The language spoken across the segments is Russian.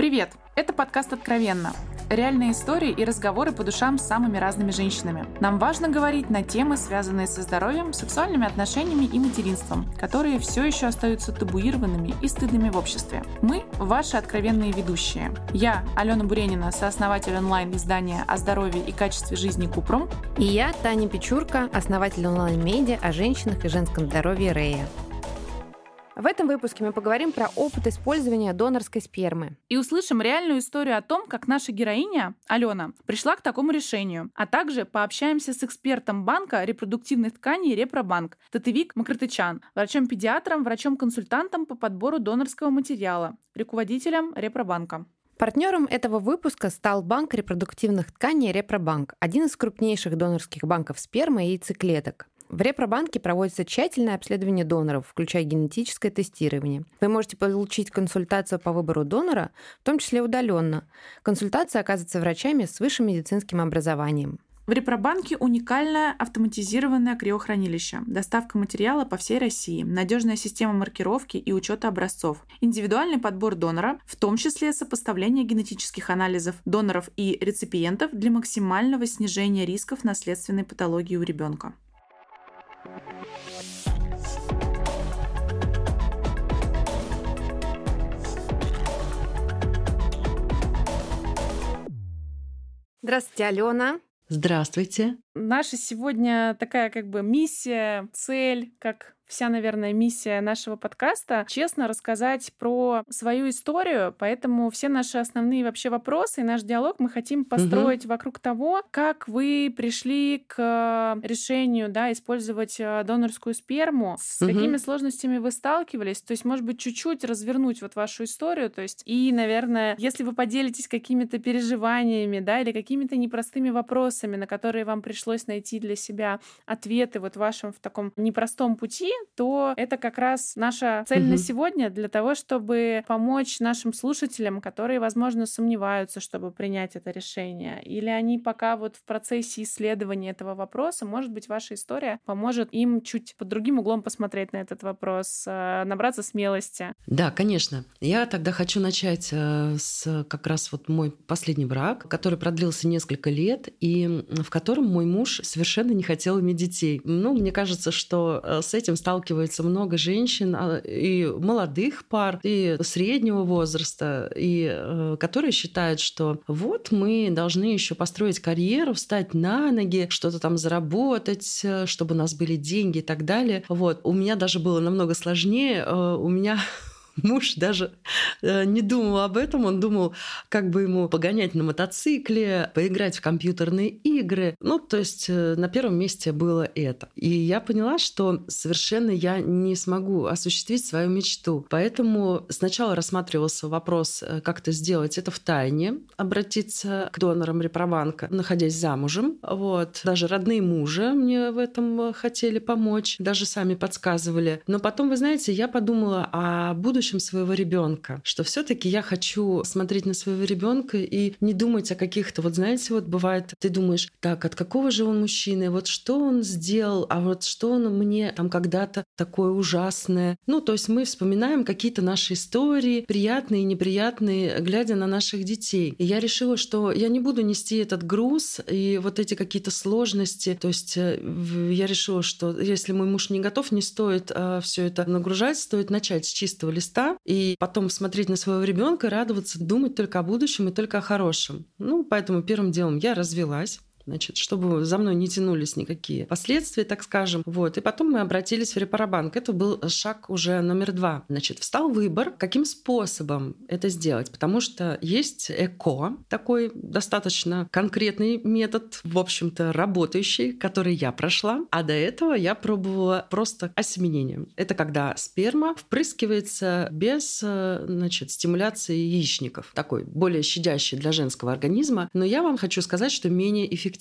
Привет! Это подкаст «Откровенно». Реальные истории и разговоры по душам с самыми разными женщинами. Нам важно говорить на темы, связанные со здоровьем, сексуальными отношениями и материнством, которые все еще остаются табуированными и стыдными в обществе. Мы – ваши откровенные ведущие. Я, Алена Буренина, сооснователь онлайн-издания о здоровье и качестве жизни Купрум. И я, Таня Печурка, основатель онлайн-медиа о женщинах и женском здоровье Рея. В этом выпуске мы поговорим про опыт использования донорской спермы. И услышим реальную историю о том, как наша героиня, Алена, пришла к такому решению. А также пообщаемся с экспертом банка репродуктивных тканей Репробанк Татевик Макротычан, врачом-педиатром, врачом-консультантом по подбору донорского материала, руководителем Репробанка. Партнером этого выпуска стал банк репродуктивных тканей Репробанк, один из крупнейших донорских банков спермы и яйцеклеток. В Репробанке проводится тщательное обследование доноров, включая генетическое тестирование. Вы можете получить консультацию по выбору донора, в том числе удаленно. Консультация оказывается врачами с высшим медицинским образованием. В Репробанке уникальное автоматизированное криохранилище, доставка материала по всей России, надежная система маркировки и учета образцов, индивидуальный подбор донора, в том числе сопоставление генетических анализов доноров и реципиентов для максимального снижения рисков наследственной патологии у ребенка. Здравствуйте, Алена. Здравствуйте. Наша сегодня такая миссия, цель, как вся, наверное, миссия нашего подкаста, честно рассказать про свою историю, поэтому все наши основные вообще вопросы и наш диалог мы хотим построить вокруг того, как вы пришли к решению, использовать донорскую сперму, с какими сложностями вы сталкивались, то есть, может быть, чуть-чуть развернуть вашу историю, то есть, и, наверное, если вы поделитесь какими-то переживаниями, или какими-то непростыми вопросами, на которые вам пришлось найти для себя ответы в вашем в таком непростом пути, то это как раз наша цель на сегодня для того, чтобы помочь нашим слушателям, которые, возможно, сомневаются, чтобы принять это решение. Или они пока в процессе исследования этого вопроса, может быть, ваша история поможет им чуть под другим углом посмотреть на этот вопрос, набраться смелости. Да, конечно. Я тогда хочу начать с как раз мой последний брак, который продлился несколько лет, и в котором мой муж совершенно не хотел иметь детей. Мне кажется, что с этим сталкивается много женщин, и молодых пар, и среднего возраста, и которые считают, что мы должны еще построить карьеру, встать на ноги, что-то там заработать, чтобы у нас были деньги и так далее. У меня даже было намного сложнее. У меня муж даже не думал об этом, он думал, как бы ему погонять на мотоцикле, поиграть в компьютерные игры. То есть на первом месте было это. И я поняла, что совершенно я не смогу осуществить свою мечту. Поэтому сначала рассматривался вопрос, как это сделать это в тайне, обратиться к донорам Репробанка, находясь замужем. Даже родные мужа мне в этом хотели помочь, даже сами подсказывали. Но потом, вы знаете, я подумала о будущем своего ребенка, что все-таки я хочу смотреть на своего ребенка и не думать о каких-то, бывает, ты думаешь, так, от какого же он мужчины, что он сделал, а что он мне там когда-то такое ужасное. То есть мы вспоминаем какие-то наши истории, приятные и неприятные, глядя на наших детей. И я решила, что я не буду нести этот груз и эти какие-то сложности. То есть я решила, что если мой муж не готов, не стоит все это нагружать, стоит начать с чистого листа и потом смотреть на своего ребенка, радоваться, думать только о будущем и только о хорошем. Поэтому первым делом я развелась. Чтобы за мной не тянулись никакие последствия, так скажем. И потом мы обратились в Репробанк. Это был шаг уже номер 2. Встал выбор, каким способом это сделать. Потому что есть ЭКО, такой достаточно конкретный метод, в общем-то, работающий, который я прошла. А до этого я пробовала просто осеменением. Это когда сперма впрыскивается без, стимуляции яичников. Такой более щадящий для женского организма. Но я вам хочу сказать, что менее эффективный.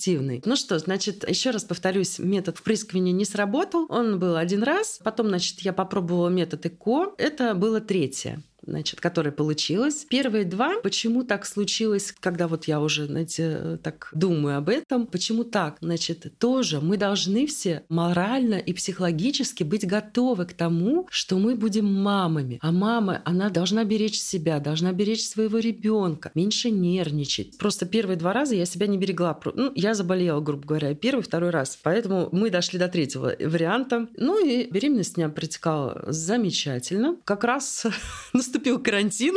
Еще раз повторюсь, метод впрыскивания не сработал. Он был один раз. Потом, я попробовала метод ЭКО. Это было 3. значит, которая получилась. Первые 2, почему так случилось, когда вот я уже, знаете, так думаю об этом, почему так? Значит, тоже мы должны все морально и психологически быть готовы к тому, что мы будем мамами. А мама, она должна беречь себя, должна беречь своего ребенка, меньше нервничать. Просто первые 2 раза я себя не берегла. Ну, я заболела, грубо говоря, 1-й, 2-й раз. Поэтому мы дошли до 3-го варианта. Ну и беременность у меня протекала замечательно. Как раз наступил карантин.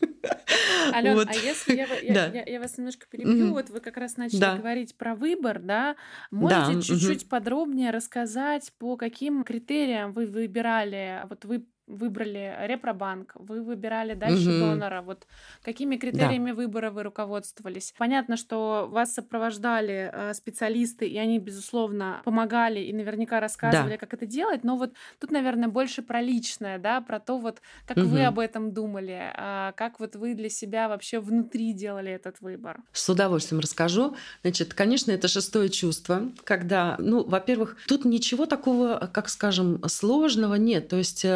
Алён, а если я вас немножко перебью, вот вы как раз начали говорить про выбор, да? Можете чуть-чуть подробнее рассказать, по каким критериям вы выбирали, вот вы выбрали Репробанк, вы выбирали дальше донора, вот какими критериями выбора вы руководствовались? Понятно, что вас сопровождали специалисты, и они, безусловно, помогали и наверняка рассказывали, как это делать, но вот тут, наверное, больше про личное, да, про то вот, как вы об этом думали, как вот вы для себя вообще внутри делали этот выбор. С удовольствием расскажу. Значит, конечно, это 6-е чувство, когда, ну, во-первых, тут ничего такого, как скажем, сложного нет, то есть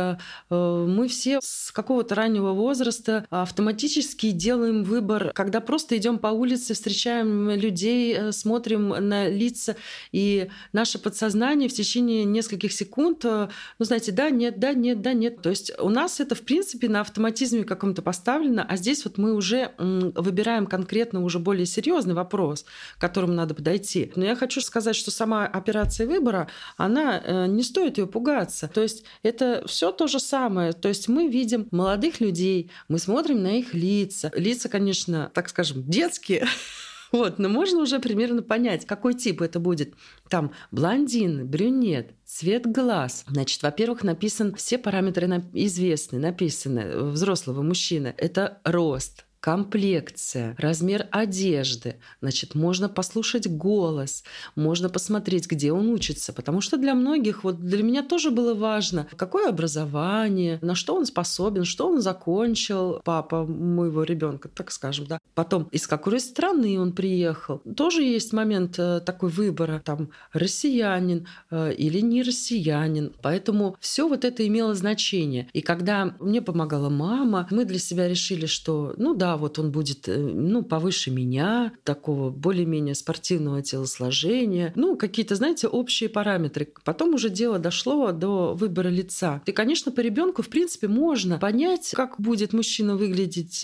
мы все с какого-то раннего возраста автоматически делаем выбор, когда просто идем по улице, встречаем людей, смотрим на лица, и наше подсознание в течение нескольких секунд, ну, знаете, да, нет, да, нет, да, нет. То есть у нас это, в принципе, на автоматизме каком-то поставлено, а здесь вот мы уже выбираем конкретно уже более серьезный вопрос, к которому надо подойти. Но я хочу сказать, что сама операция выбора, она не стоит ее пугаться. То есть это все то же самое. То есть мы видим молодых людей, мы смотрим на их лица. Лица, конечно, так скажем, детские. Вот, но можно уже примерно понять, какой тип это будет. Там блондин, брюнет, цвет глаз. Значит, во-первых, написан все параметры известны, написаны взрослого мужчины. Это рост, комплекция, размер одежды. Значит, можно послушать голос, можно посмотреть, где он учится. Потому что для многих, вот для меня тоже было важно, какое образование, на что он способен, что он закончил, папа моего ребенка, так скажем, да. Потом, из какой страны он приехал. Тоже есть момент такой выбора, там, россиянин или не россиянин. Поэтому все вот это имело значение. И когда мне помогала мама, мы для себя решили, что, ну да, вот он будет, ну, повыше меня, такого более-менее спортивного телосложения, ну, какие-то, знаете, общие параметры. Потом уже дело дошло до выбора лица. И, конечно, по ребенку, в принципе, можно понять, как будет мужчина выглядеть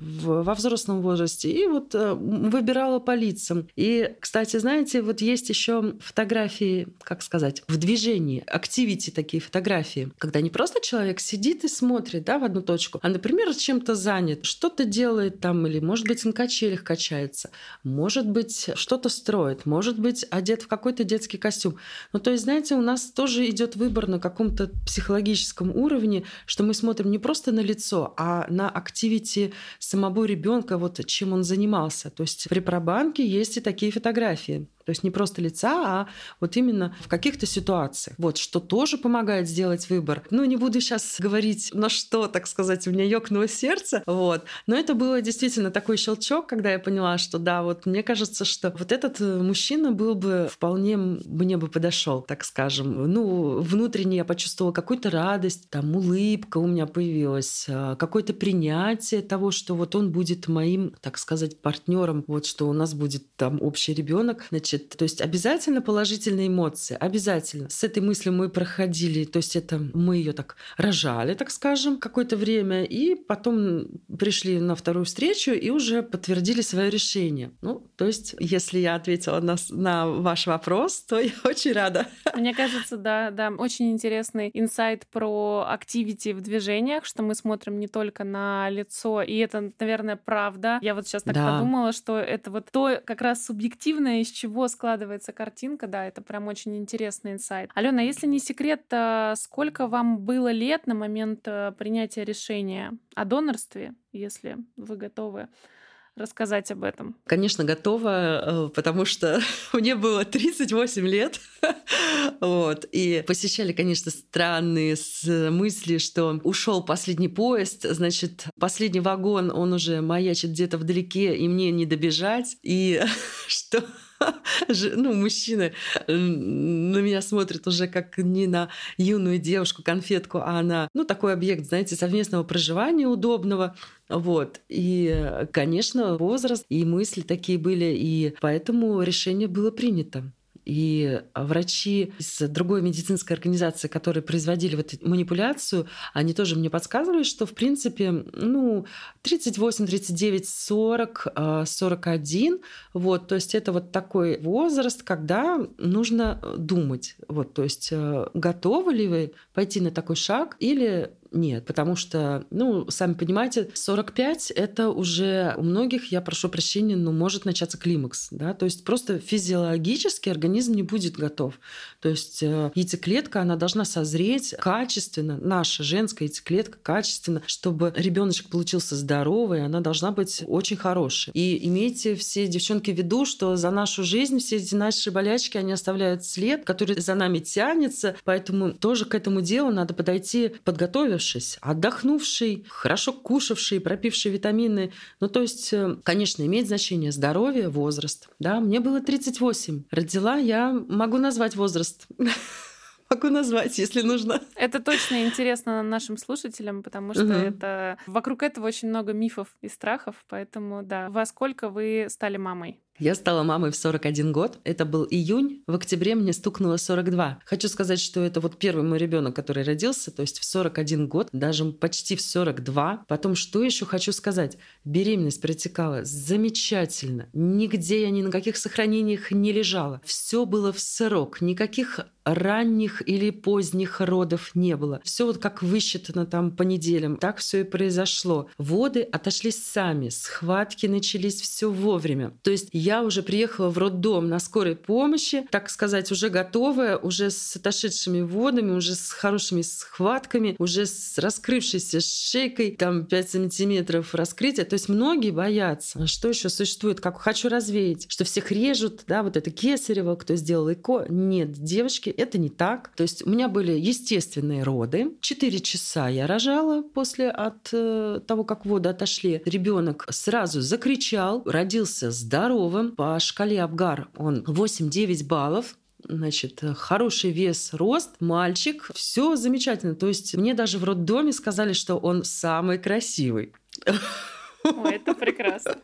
во взрослом возрасте. И вот выбирала по лицам. И, кстати, знаете, вот есть еще фотографии, как сказать, в движении, активити такие фотографии, когда не просто человек сидит и смотрит, да, в одну точку, а, например, чем-то занят, что-то делает там, или, может быть, на качелях качается, может быть, что-то строит, может быть, одет в какой-то детский костюм. Ну, то есть, знаете, у нас тоже идет выбор на каком-то психологическом уровне, что мы смотрим не просто на лицо, а на активити самого ребенка, вот чем он занимался. То есть в Репробанке есть и такие фотографии. То есть не просто лица, а вот именно в каких-то ситуациях. Вот, что тоже помогает сделать выбор. Ну, не буду сейчас говорить, на что, так сказать, у меня ёкнуло сердце. Вот. Но это было действительно такой щелчок, когда я поняла, что да, вот мне кажется, что вот этот мужчина был бы вполне мне бы подошел, так скажем. Ну, внутренне я почувствовала какую-то радость, там, улыбка у меня появилась, какое-то принятие того, что вот он будет моим, так сказать, партнером, вот что у нас будет там общий ребенок. Значит, то есть обязательно положительные эмоции, обязательно. С этой мыслью мы проходили, то есть это мы ее так рожали, так скажем, какое-то время, и потом пришли на вторую встречу и уже подтвердили свое решение. Ну, то есть, если я ответила на ваш вопрос, то я очень рада. Мне кажется, да, очень интересный инсайт про активити в движениях, что мы смотрим не только на лицо, и это, наверное, правда. Я вот сейчас так подумала, что это вот то как раз субъективное, из чего складывается картинка, да, это прям очень интересный инсайт. Алена, если не секрет, сколько вам было лет на момент принятия решения о донорстве, если вы готовы рассказать об этом? Конечно, готова, потому что мне было 38 лет. Вот. И посещали, конечно, странные мысли, что ушел последний поезд, значит, последний вагон, он уже маячит где-то вдалеке, и мне не добежать. И что мужчины на меня смотрят уже как не на юную девушку, конфетку, а на, такой объект, знаете, совместного проживания удобного. Вот. И, конечно, возраст и мысли такие были, и поэтому решение было принято. И врачи из другой медицинской организации, которые производили вот эту манипуляцию, они тоже мне подсказывали, что, в принципе, 38, 39, 40, 41, вот, то есть это вот такой возраст, когда нужно думать, вот, то есть готовы ли вы пойти на такой шаг или нет, потому что, сами понимаете, 45 — это уже у многих, я прошу прощения, может начаться климакс, да, то есть просто физиологически организм не будет готов. То есть яйцеклетка, она должна созреть качественно, наша женская яйцеклетка качественно, чтобы ребеночек получился здоровый, она должна быть очень хорошей. И имейте все, девчонки, в виду, что за нашу жизнь все эти наши болячки, они оставляют след, который за нами тянется, поэтому тоже к этому делу надо подойти подготовившись, отдохнувший, хорошо кушавший, пропивший витамины. То есть, конечно, имеет значение здоровье, возраст. Да, мне было 38. Родила, я могу назвать возраст. Могу назвать, если нужно. Это точно интересно нашим слушателям, потому что это вокруг этого очень много мифов и страхов. Поэтому, да. Во сколько вы стали мамой? Я стала мамой в 41 год. Это был июнь. В октябре мне стукнуло 42. Хочу сказать, что это вот первый мой ребенок, который родился, то есть в 41 год, даже почти в 42. Потом, что еще хочу сказать? Беременность протекала замечательно. Нигде я ни на каких сохранениях не лежала. Все было в срок. Никаких ранних или поздних родов не было. Все вот как высчитано там по неделям. Так все и произошло. Воды отошли сами. Схватки начались все вовремя. То есть я уже приехала в роддом на скорой помощи, так сказать, уже готовая, уже с отошедшими водами, уже с хорошими схватками, уже с раскрывшейся шейкой, там 5 сантиметров раскрытия. То есть многие боятся. Что еще существует? Как хочу развеять, что всех режут, да, вот это кесарево, кто сделал ЭКО. Нет, девочки, это не так. То есть у меня были естественные роды. 4 часа я рожала после от того, как воды отошли. Ребенок сразу закричал, родился здоровым. По шкале Апгар он 8-9 баллов. Значит, хороший вес, рост, мальчик. Все замечательно. То есть мне даже в роддоме сказали, что он самый красивый. Ой, это прекрасно.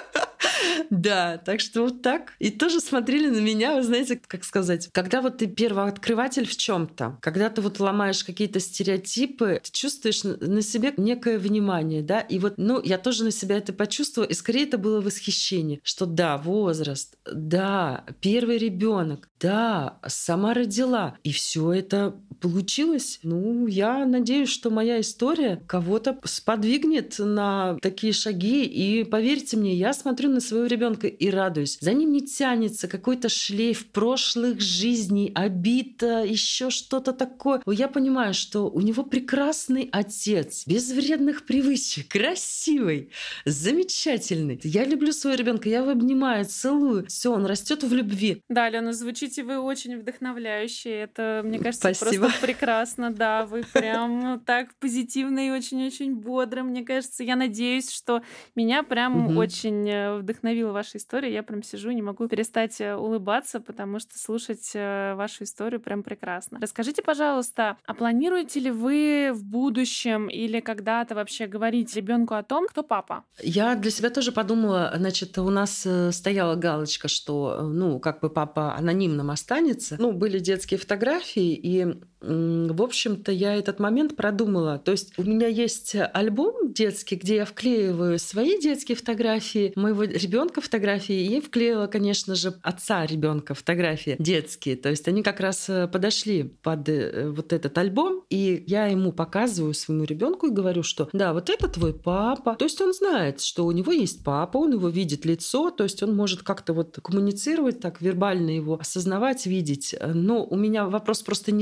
Да, так что вот так. И тоже смотрели на меня, вы знаете, как сказать, когда вот ты первооткрыватель в чем-то, когда ты вот ломаешь какие-то стереотипы, ты чувствуешь на себе некое внимание, да, и вот, я тоже на себя это почувствовала, и скорее это было восхищение, что да, возраст, да, первый ребенок, да, сама родила, и все это получилось. Я надеюсь, что моя история кого-то сподвигнет на такие шаги, и поверьте мне, я смотрю на своего ребенка и радуюсь. За ним не тянется какой-то шлейф прошлых жизней, обид, еще что-то такое. Я понимаю, что у него прекрасный отец, без вредных привычек, красивый, замечательный. Я люблю своего ребенка, я его обнимаю, целую. Все, он растет в любви. Да, Алена, звучите вы очень вдохновляющие. Это, мне кажется, Спасибо. Просто прекрасно. Да, вы прям так позитивно и очень-очень бодро. Мне кажется, я надеюсь, что меня прям очень вдохновила ваша история. Я прям сижу, не могу перестать улыбаться, потому что слушать вашу историю прям прекрасно. Расскажите, пожалуйста, а планируете ли вы в будущем или когда-то вообще говорить ребенку о том, кто папа? Я для себя тоже подумала, значит, у нас стояла галочка, что, как бы папа анонимным останется. Были детские фотографии, и в общем-то, я этот момент продумала. То есть у меня есть альбом детский, где я вклеиваю свои детские фотографии, моего ребенка фотографии, и вклеила, конечно же, отца ребенка фотографии детские. То есть они как раз подошли под вот этот альбом, и я ему показываю, своему ребенку, и говорю, что да, вот это твой папа. То есть он знает, что у него есть папа, он его видит лицо, то есть он может как-то коммуницировать, так вербально его осознавать, видеть. Но у меня вопрос просто не стоит. Я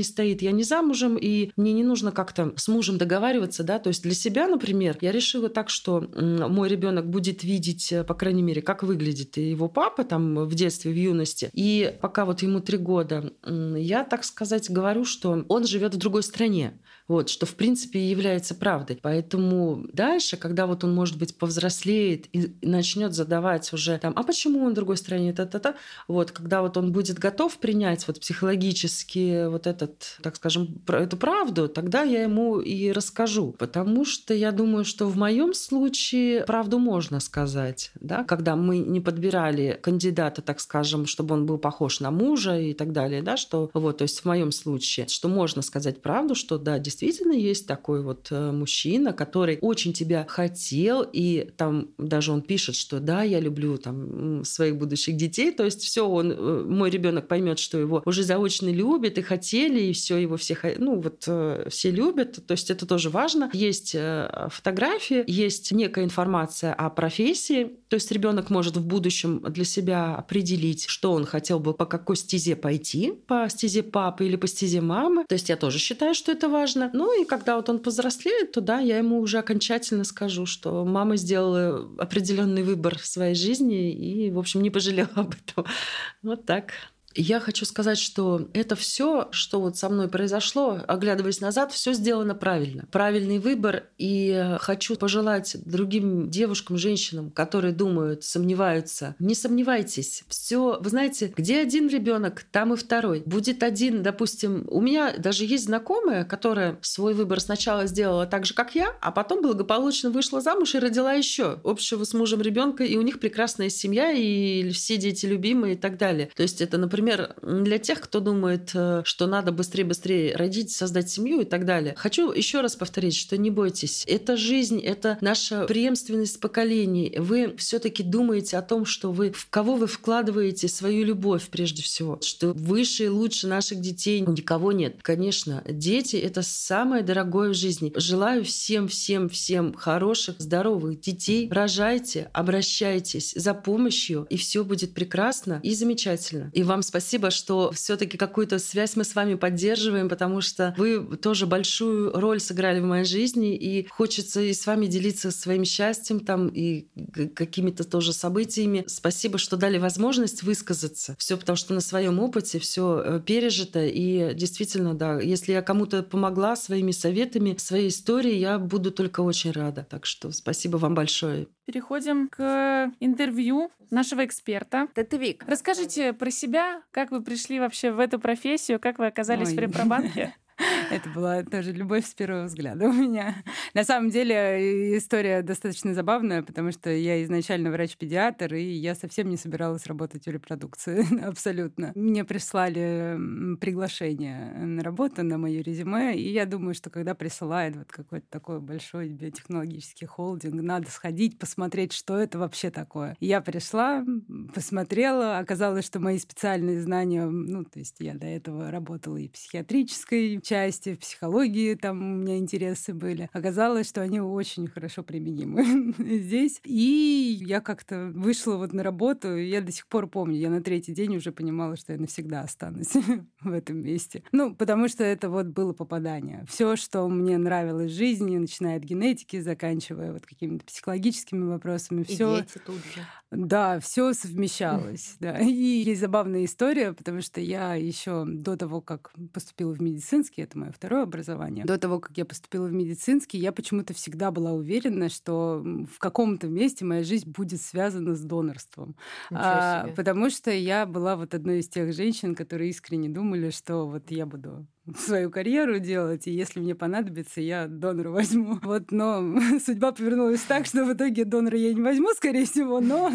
я не замужем, и мне не нужно как-то с мужем договариваться, да, то есть для себя, например, я решила так, что мой ребенок будет видеть, по крайней мере, как выглядит его папа там в детстве, в юности, и пока вот ему 3 года, я, так сказать, говорю, что он живет в другой стране. Вот, что, в принципе, и является правдой. Поэтому дальше, когда вот он, может быть, повзрослеет и начнет задавать уже там, а почему он в другой стране, та-та-та, вот, когда вот он будет готов принять вот психологически вот этот, так скажем, эту правду, тогда я ему и расскажу. Потому что я думаю, что в моем случае правду можно сказать, да, когда мы не подбирали кандидата, так скажем, чтобы он был похож на мужа и так далее, да, что вот, то есть в моем случае, что можно сказать правду, что да, действительно есть такой вот мужчина, который очень тебя хотел, и там даже он пишет, что да, я люблю там своих будущих детей, то есть все, мой ребенок поймет, что его уже заочно любят и хотели, и все его все, ну вот все любят, то есть это тоже важно. Есть фотографии, есть некая информация о профессии, то есть ребенок может в будущем для себя определить, что он хотел бы по какой стезе пойти, по стезе папы или по стезе мамы, то есть я тоже считаю, что это важно. Ну и когда вот он повзрослеет, то да, я ему уже окончательно скажу, что мама сделала определенный выбор в своей жизни и, в общем, не пожалела об этом. Вот так. Я хочу сказать, что это все, что вот со мной произошло, оглядываясь назад, все сделано правильно. Правильный выбор. И хочу пожелать другим девушкам, женщинам, которые думают, сомневаются, не сомневайтесь. Все, вы знаете, где один ребенок, там и второй. Будет один, допустим, у меня даже есть знакомая, которая свой выбор сначала сделала так же, как я, а потом благополучно вышла замуж и родила еще общего с мужем ребенка, и у них прекрасная семья, и все дети любимые и так далее. То есть это, например, для тех, кто думает, что надо быстрее родить, создать семью и так далее. Хочу еще раз повторить, что не бойтесь. Это жизнь, это наша преемственность поколений. Вы все-таки думаете о том, что в кого вы вкладываете свою любовь прежде всего, что выше и лучше наших детей никого нет. Конечно, дети — это самое дорогое в жизни. Желаю всем хороших, здоровых детей. Рожайте, обращайтесь за помощью, и все будет прекрасно и замечательно. И вам спасибо, что все-таки какую-то связь мы с вами поддерживаем, потому что вы тоже большую роль сыграли в моей жизни, и хочется и с вами делиться своим счастьем там и какими-то тоже событиями. Спасибо, что дали возможность высказаться. Все потому что на своем опыте все пережито, и действительно, да, если я кому-то помогла своими советами, своей историей, я буду только очень рада. Так что спасибо вам большое. Переходим к интервью нашего эксперта. Тетевик. Расскажите про себя, как вы пришли вообще в эту профессию, как вы оказались в Репробанке? Это была тоже любовь с первого взгляда у меня. На самом деле история достаточно забавная, потому что я изначально врач-педиатр, и я совсем не собиралась работать в репродукции. Абсолютно. Мне прислали приглашение на работу, на моё резюме, и я думаю, что когда присылают вот какой-то такой большой биотехнологический холдинг, надо сходить, посмотреть, что это вообще такое. Я пришла, посмотрела, оказалось, что мои специальные знания, ну, то есть я до этого работала и в психиатрической части, в психологии там у меня интересы были. Оказалось, что они очень хорошо применимы здесь. И я как-то вышла вот на работу, и я до сих пор помню, я на 3-й день уже понимала, что я навсегда останусь в этом месте. Ну, потому что это вот было попадание. Все, что мне нравилось в жизни, начиная от генетики, заканчивая вот какими-то психологическими вопросами, все. И дети тут же. Да, все совмещалось. Да. И есть забавная история, потому что я еще до того, как поступила в медицинский, это мое второе образование, до того, как я поступила в медицинский, я почему-то всегда была уверена, что в каком-то месте моя жизнь будет связана с донорством. Потому что я была вот одной из тех женщин, которые искренне думали, что вот я буду свою карьеру делать, и если мне понадобится, я донора возьму. Вот, но судьба повернулась так, что в итоге донора я не возьму, скорее всего, но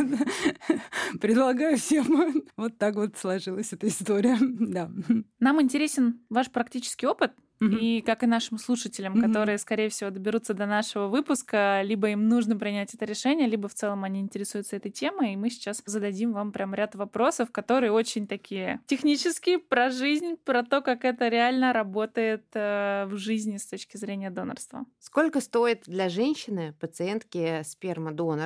предлагаю всем. Вот так вот сложилась эта история. Да. Нам интересен ваш практический опыт. И как и нашим слушателям, которые, скорее всего, доберутся до нашего выпуска, либо им нужно принять это решение, либо в целом они интересуются этой темой, и мы сейчас зададим вам прям ряд вопросов, которые очень такие технические, про жизнь, про то, как это реально работает в жизни с точки зрения донорства. Сколько стоит для женщины, пациентки сперма донора,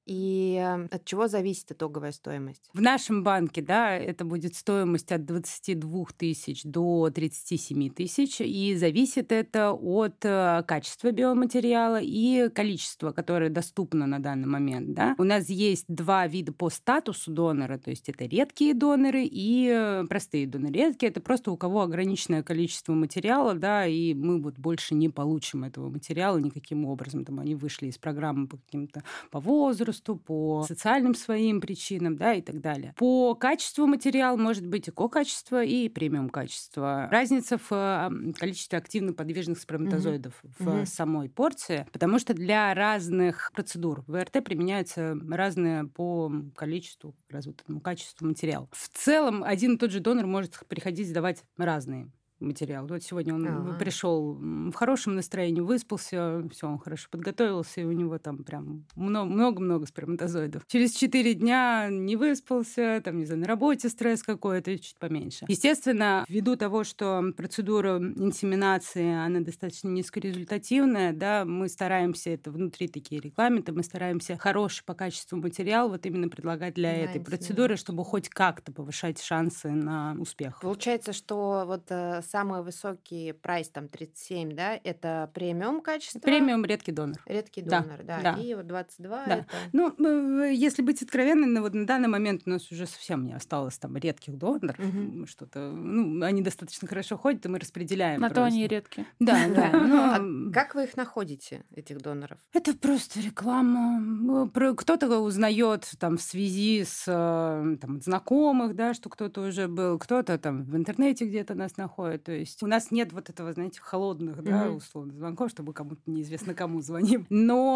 И от чего зависит итоговая стоимость? В нашем банке, да, это будет стоимость от 22 тысяч до 37 тысяч, и зависит это от качества биоматериала и количества, которое доступно на данный момент, да. У нас есть 2 вида по статусу донора, то есть это редкие доноры и простые доноры. Редкие — это просто у кого ограниченное количество материала, да, и мы вот больше не получим этого материала никаким образом. Там они вышли из программы по возрасту, по социальным своим причинам, да, и так далее. По качеству материала может быть эко-качество и премиум-качество. Разница в количестве активно подвижных сперматозоидов в самой порции, потому что для разных процедур ВРТ применяются разные по количеству, как раз вот этому качеству материала. В целом один и тот же донор может приходить сдавать разные материал. Вот сегодня он пришел в хорошем настроении, выспался, все, он хорошо подготовился, и у него там прям много-много сперматозоидов. Через 4 дня не выспался, там, не знаю, на работе стресс какой-то, чуть поменьше. Естественно, ввиду того, что процедура инсеминации, она достаточно низкорезультативная, да, мы стараемся, это внутри такие регламенты, мы стараемся хороший по качеству материал вот именно предлагать для этой процедуры, чтобы хоть как-то повышать шансы на успех. Получается, что вот самый высокий прайс, там, 37, да, это премиум качество? Премиум редкий донор. Редкий донор, да. И вот 22 да. это... Ну, если быть откровенной, вот на данный момент у нас уже совсем не осталось там редких доноров. Что-то, ну, они достаточно хорошо ходят, и мы распределяем. На то они редкие. Да. А как вы их находите, этих доноров? Это просто реклама. Кто-то узнает там в связи с там, знакомых, да, что кто-то уже был, кто-то там в интернете где-то нас находит. То есть у нас нет вот этого, знаете, холодных, да, условно, звонков, чтобы кому-то неизвестно кому звоним.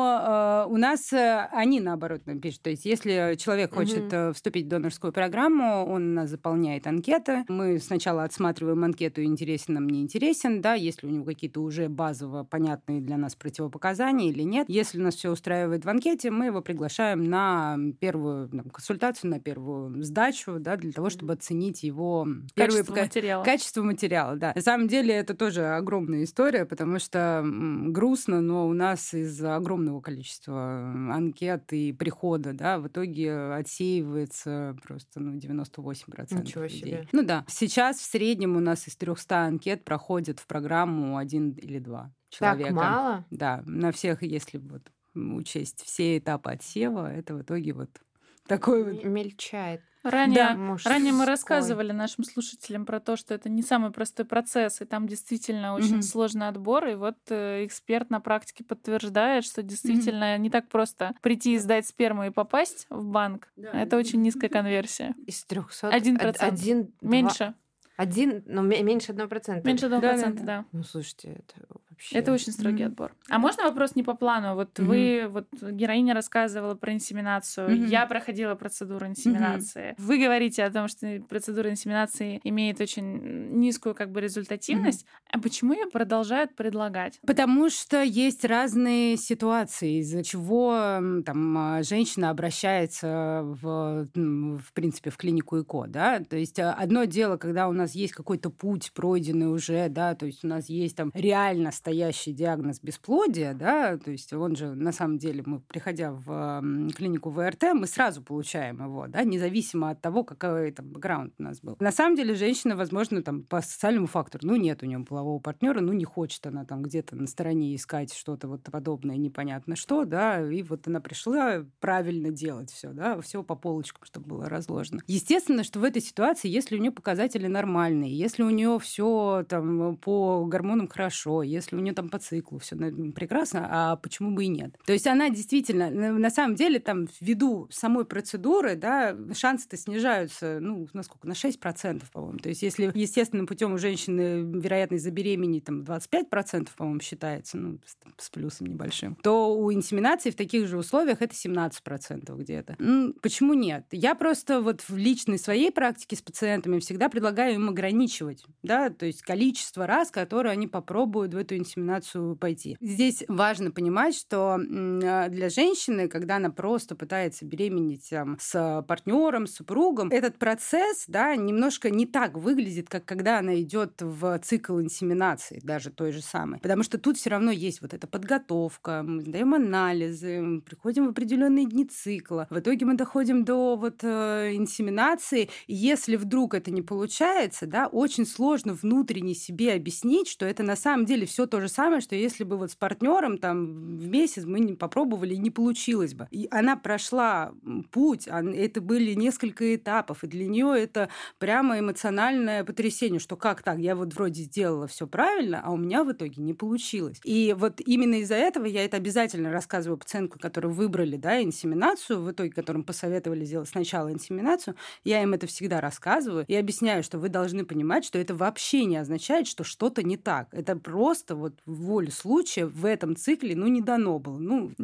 Но у нас они, наоборот, нам пишут. То есть если человек хочет вступить в донорскую программу, он у нас заполняет анкеты. Мы сначала отсматриваем анкету, интересен нам, не интересен, да, если у него какие-то уже базово понятные для нас противопоказания или нет. Если нас все устраивает в анкете, мы его приглашаем на первую консультацию, на первую сдачу, да, для того, чтобы оценить его качество материала, да. На самом деле это тоже огромная история, потому что грустно, но у нас из-за огромного количества анкет и прихода, да, в итоге отсеивается просто 98% Ничего людей. себе. Ну да. Сейчас в среднем у нас из 300 анкет проходит в программу 1 или 2 человека. Так мало? Да. На всех, если вот учесть все этапы отсева, это в итоге вот такой вот... Мельчает. Ранее мы рассказывали нашим слушателям про то, что это не самый простой процесс, и там действительно очень сложный отбор. И вот эксперт на практике подтверждает, что действительно не так просто прийти и сдать сперму и попасть в банк. Да, это очень низкая конверсия. Из 300... 1%. Меньше. Меньше 1%. Меньше 1%, да. Ну, слушайте, это вообще... Это очень строгий отбор. А можно вопрос не по плану? Вот вы, вот героиня рассказывала про инсеминацию, я проходила процедуру инсеминации. Вы говорите о том, что процедура инсеминации имеет очень низкую как бы результативность. А почему ее продолжают предлагать? Потому что есть разные ситуации, из-за чего там женщина обращается в принципе в клинику ЭКО, да? То есть одно дело, когда у нас есть какой-то путь пройденный уже, да, то есть у нас есть там реально стоящий диагноз бесплодия, да, то есть он же, на самом деле, мы, приходя в клинику ВРТ, мы сразу получаем его, да, независимо от того, какой там бэкграунд у нас был. На самом деле женщина, возможно, там по социальному фактору, нет у нее полового партнера, не хочет она там где-то на стороне искать что-то вот подобное, непонятно что, да, и вот она пришла правильно делать все, да, все по полочкам, чтобы было разложено. Естественно, что в этой ситуации, если у нее показатели нормальные, если у нее все там по гормонам хорошо, если у нее там по циклу все прекрасно, а почему бы и нет? То есть она действительно, на самом деле, там, ввиду самой процедуры, да, шансы-то снижаются, насколько? На 6%, по-моему. То есть если естественным путем у женщины вероятность забеременеть там 25%, по-моему, считается, с плюсом небольшим, то у инсеминации в таких же условиях это 17% где-то. Почему нет? Я просто вот в личной своей практике с пациентами всегда предлагаю им ограничивать, да, то есть количество раз, которые они попробуют в эту инсеминацию пойти. Здесь важно понимать, что для женщины, когда она просто пытается беременеть там, с партнером, с супругом, этот процесс, да, немножко не так выглядит, как когда она идет в цикл инсеминации, даже той же самой. Потому что тут все равно есть вот эта подготовка, мы сдаем анализы, приходим в определенные дни цикла. В итоге мы доходим до вот инсеминации. И если вдруг это не получается, да, очень сложно внутренне себе объяснить, что это на самом деле все то же самое, что если бы вот с партнером там в месяц мы не попробовали и не получилось бы. И она прошла путь, это были несколько этапов, и для нее это прямо эмоциональное потрясение, что как так, я вот вроде сделала все правильно, а у меня в итоге не получилось. И вот именно из-за этого я это обязательно рассказываю пациенткам, которые выбрали, да, инсеминацию, в итоге которым посоветовали сделать сначала инсеминацию, я им это всегда рассказываю и объясняю, что вы должны понимать, что это вообще не означает, что что-то не так. Это просто вот в воле случая в этом цикле, не дано было.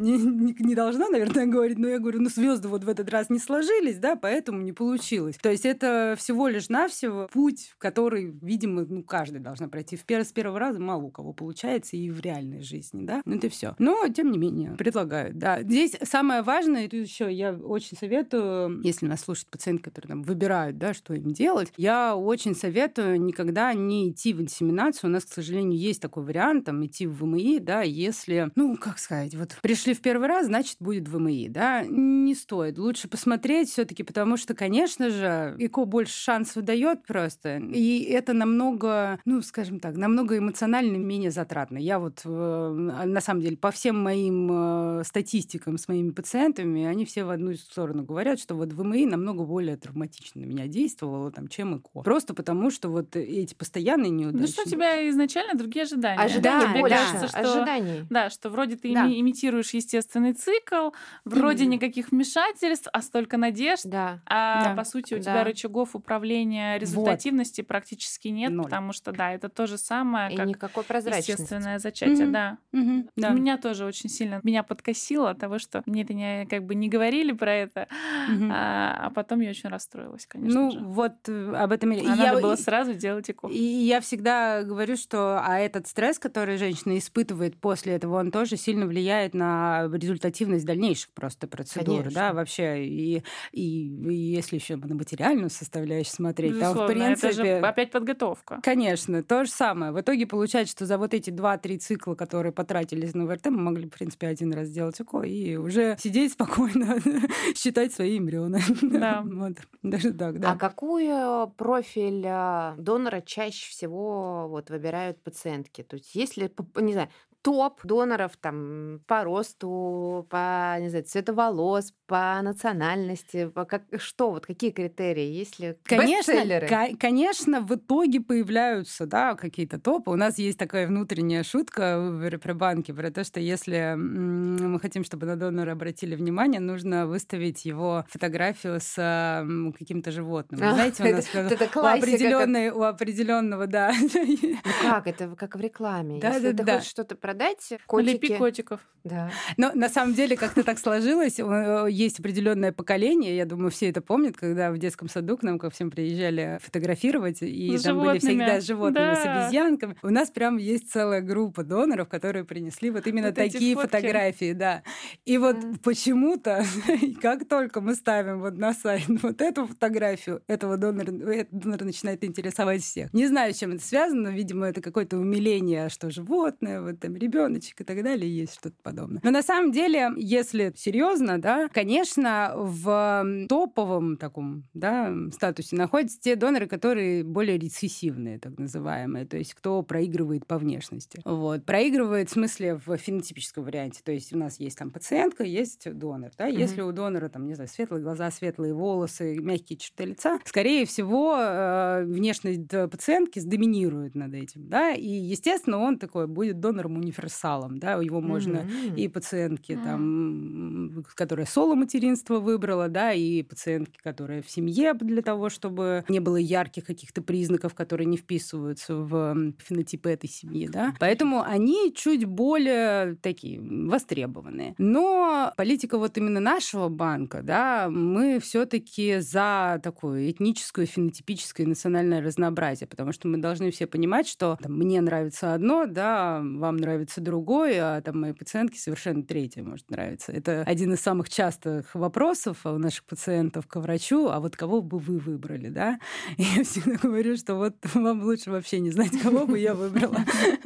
Не должна, наверное, говорить, но я говорю, звезды вот в этот раз не сложились, да, поэтому не получилось. То есть это всего лишь навсего путь, который, видимо, каждый должна пройти. С первого раза мало у кого получается и в реальной жизни, да. Это все. Но, тем не менее, предлагаю, да. Здесь самое важное, и тут еще я очень советую, если нас слушают пациенты, которые там выбирают, да, что им делать, я очень советую никогда не идти в инсеминацию. У нас, к сожалению, есть такой вариант, там, идти в ВМИ, да, если, как сказать, вот пришли в первый раз, значит, будет ВМИ, да. Не стоит. Лучше посмотреть все-таки, потому что, конечно же, ЭКО больше шансов дает просто, и это намного, скажем так, намного эмоционально менее затратно. Я вот, на самом деле, по всем моим статистикам с моими пациентами, они все в одну сторону говорят, что вот ВМИ намного более травматично на меня действовало, там, чем ЭКО. Просто потому, что вот эти постоянные неудачи. Что у тебя изначально другие ожидания. Ожидания Мне больше. кажется, что, Ожиданий. Да, что вроде ты имитируешь естественный цикл, вроде никаких вмешательств, а столько надежд. Да. По сути, у тебя рычагов управления результативности практически нет, 0. потому что, да, это то же самое, как никакой прозрачности. естественное зачатие, да. Да. Меня тоже очень сильно подкосило от того, что мне это не говорили про это, а потом я очень расстроилась, конечно же. Вот об этом надо было сразу делать ЭКО. И я всегда говорю, что этот стресс, который женщина испытывает после этого, он тоже сильно влияет на результативность дальнейших просто процедур, Конечно. да, вообще. И если еще на материальную составляющую смотреть, Безусловно, там, в принципе... это же опять подготовка. Конечно, то же самое. В итоге получается, что за вот эти 2-3 цикла, которые потратились на ВРТ, мы могли, в принципе, один раз сделать ЭКО и уже сидеть спокойно, считать свои эмбрионы. Да. Вот. Даже так, да. А какой профиль донора чаще всего выбирают пациентки? То есть если, не знаю, топ доноров там по росту, по, не знаю, цвету волос, по национальности, какие критерии, если бестселлеры? Конечно, в итоге появляются, да, какие-то топы. У нас есть такая внутренняя шутка в Репробанке про то, что если мы хотим, чтобы на донора обратили внимание, нужно выставить его фотографию с каким-то животным. Знаете, у нас у определенного, да. Это как в рекламе. Да, если да, ты хочешь что-то продать, котики. Лепи котиков. Да. Но на самом деле как-то так сложилось. Есть определенное поколение, я думаю, все это помнят, когда в детском саду к нам ко всем приезжали фотографировать, и с там животными. Были всегда животными, Да. с обезьянками. У нас прям есть целая группа доноров, которые принесли вот именно такие фотографии, да. И вот почему-то, как только мы ставим на сайт вот эту фотографию, этот донор начинает интересовать всех. Не знаю, с чем это связано, видимо, это какое-то умиление, что животное, там ребеночек и так далее, есть что-то подобное. Но на самом деле, если серьезно, да, конечно, в топовом таком, да, статусе находятся те доноры, которые более рецессивные, так называемые, то есть кто проигрывает по внешности. Вот. Проигрывает в смысле в фенотипическом варианте, то есть у нас есть там пациентка, есть донор, да, если у донора там, не знаю, светлые глаза, светлые волосы, мягкие черты лица, скорее всего, внешность пациентки сдоминирует над этим, да, и, естественно, он такой будет донором универсалом, да, его можно и пациентке, там, которая соло-материнство выбрала, да, и пациентке, которая в семье для того, чтобы не было ярких каких-то признаков, которые не вписываются в фенотипы этой семьи, да. Поэтому они чуть более такие востребованные. Но политика вот именно нашего банка, да, мы все-таки за такое этническое, фенотипическое и национальное разнообразие, потому что мы должны все понимать, что там, мне нравится одно, да, вам нравится другое, а там моей пациентке совершенно третье может нравиться. Это один из самых частых вопросов у наших пациентов к врачу, а вот кого бы вы выбрали, да? И я всегда говорю, что вот вам лучше вообще не знать, кого бы я выбрала.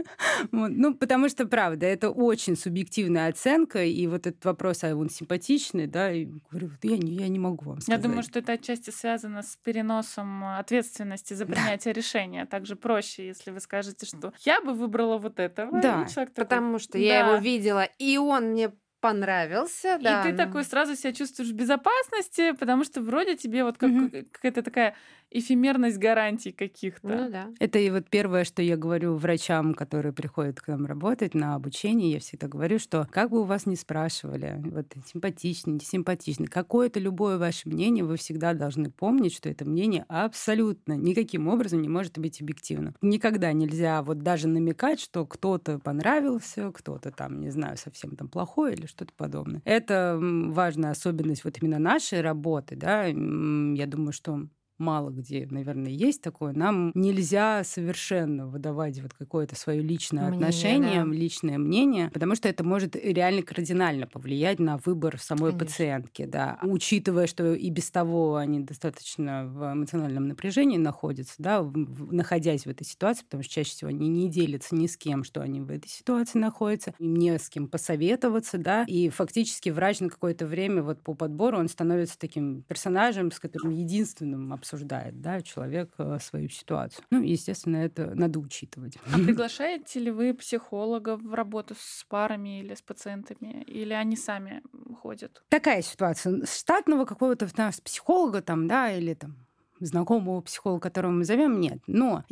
Ну, потому что, правда, это очень субъективная оценка, и вот этот вопрос, а он симпатичный, да, и говорю, вот я не могу вам сказать. Я думаю, что это отчасти связано с переносом ответственности за принятие решения. Также проще, если вы скажете, что я бы выбрала вот этого. Да, потому что я его видела, и он мне понравился. И ты такой сразу себя чувствуешь в безопасности, потому что вроде тебе вот какая-то такая эфемерность гарантий каких-то. Ну, да. Это и вот первое, что я говорю врачам, которые приходят к нам работать на обучение, я всегда говорю, что как бы у вас ни спрашивали, вот симпатичный, несимпатичный, какое-то любое ваше мнение, вы всегда должны помнить, что это мнение абсолютно никаким образом не может быть объективным. Никогда нельзя вот даже намекать, что кто-то понравился, кто-то там, не знаю, совсем там плохой или что-то подобное. Это важная особенность вот именно нашей работы, да. Я думаю, что мало где, наверное, есть такое. Нам нельзя совершенно выдавать вот какое-то свое личное отношение, личное мнение, потому что это может реально кардинально повлиять на выбор самой пациентки, да. Учитывая, что и без того они достаточно в эмоциональном напряжении находятся, да, находясь в этой ситуации, потому что чаще всего они не делятся ни с кем, что они в этой ситуации находятся, им не с кем посоветоваться, да, и фактически врач на какое-то время вот по подбору он становится таким персонажем, с которым единственным обсуждает, да, человек свою ситуацию. Ну, естественно, это надо учитывать. А приглашаете ли вы психологов в работу с парами или с пациентами? Или они сами ходят? Такая ситуация. Штатного какого-то психолога там, да, или там знакомого психолога, которого мы зовем, нет. Но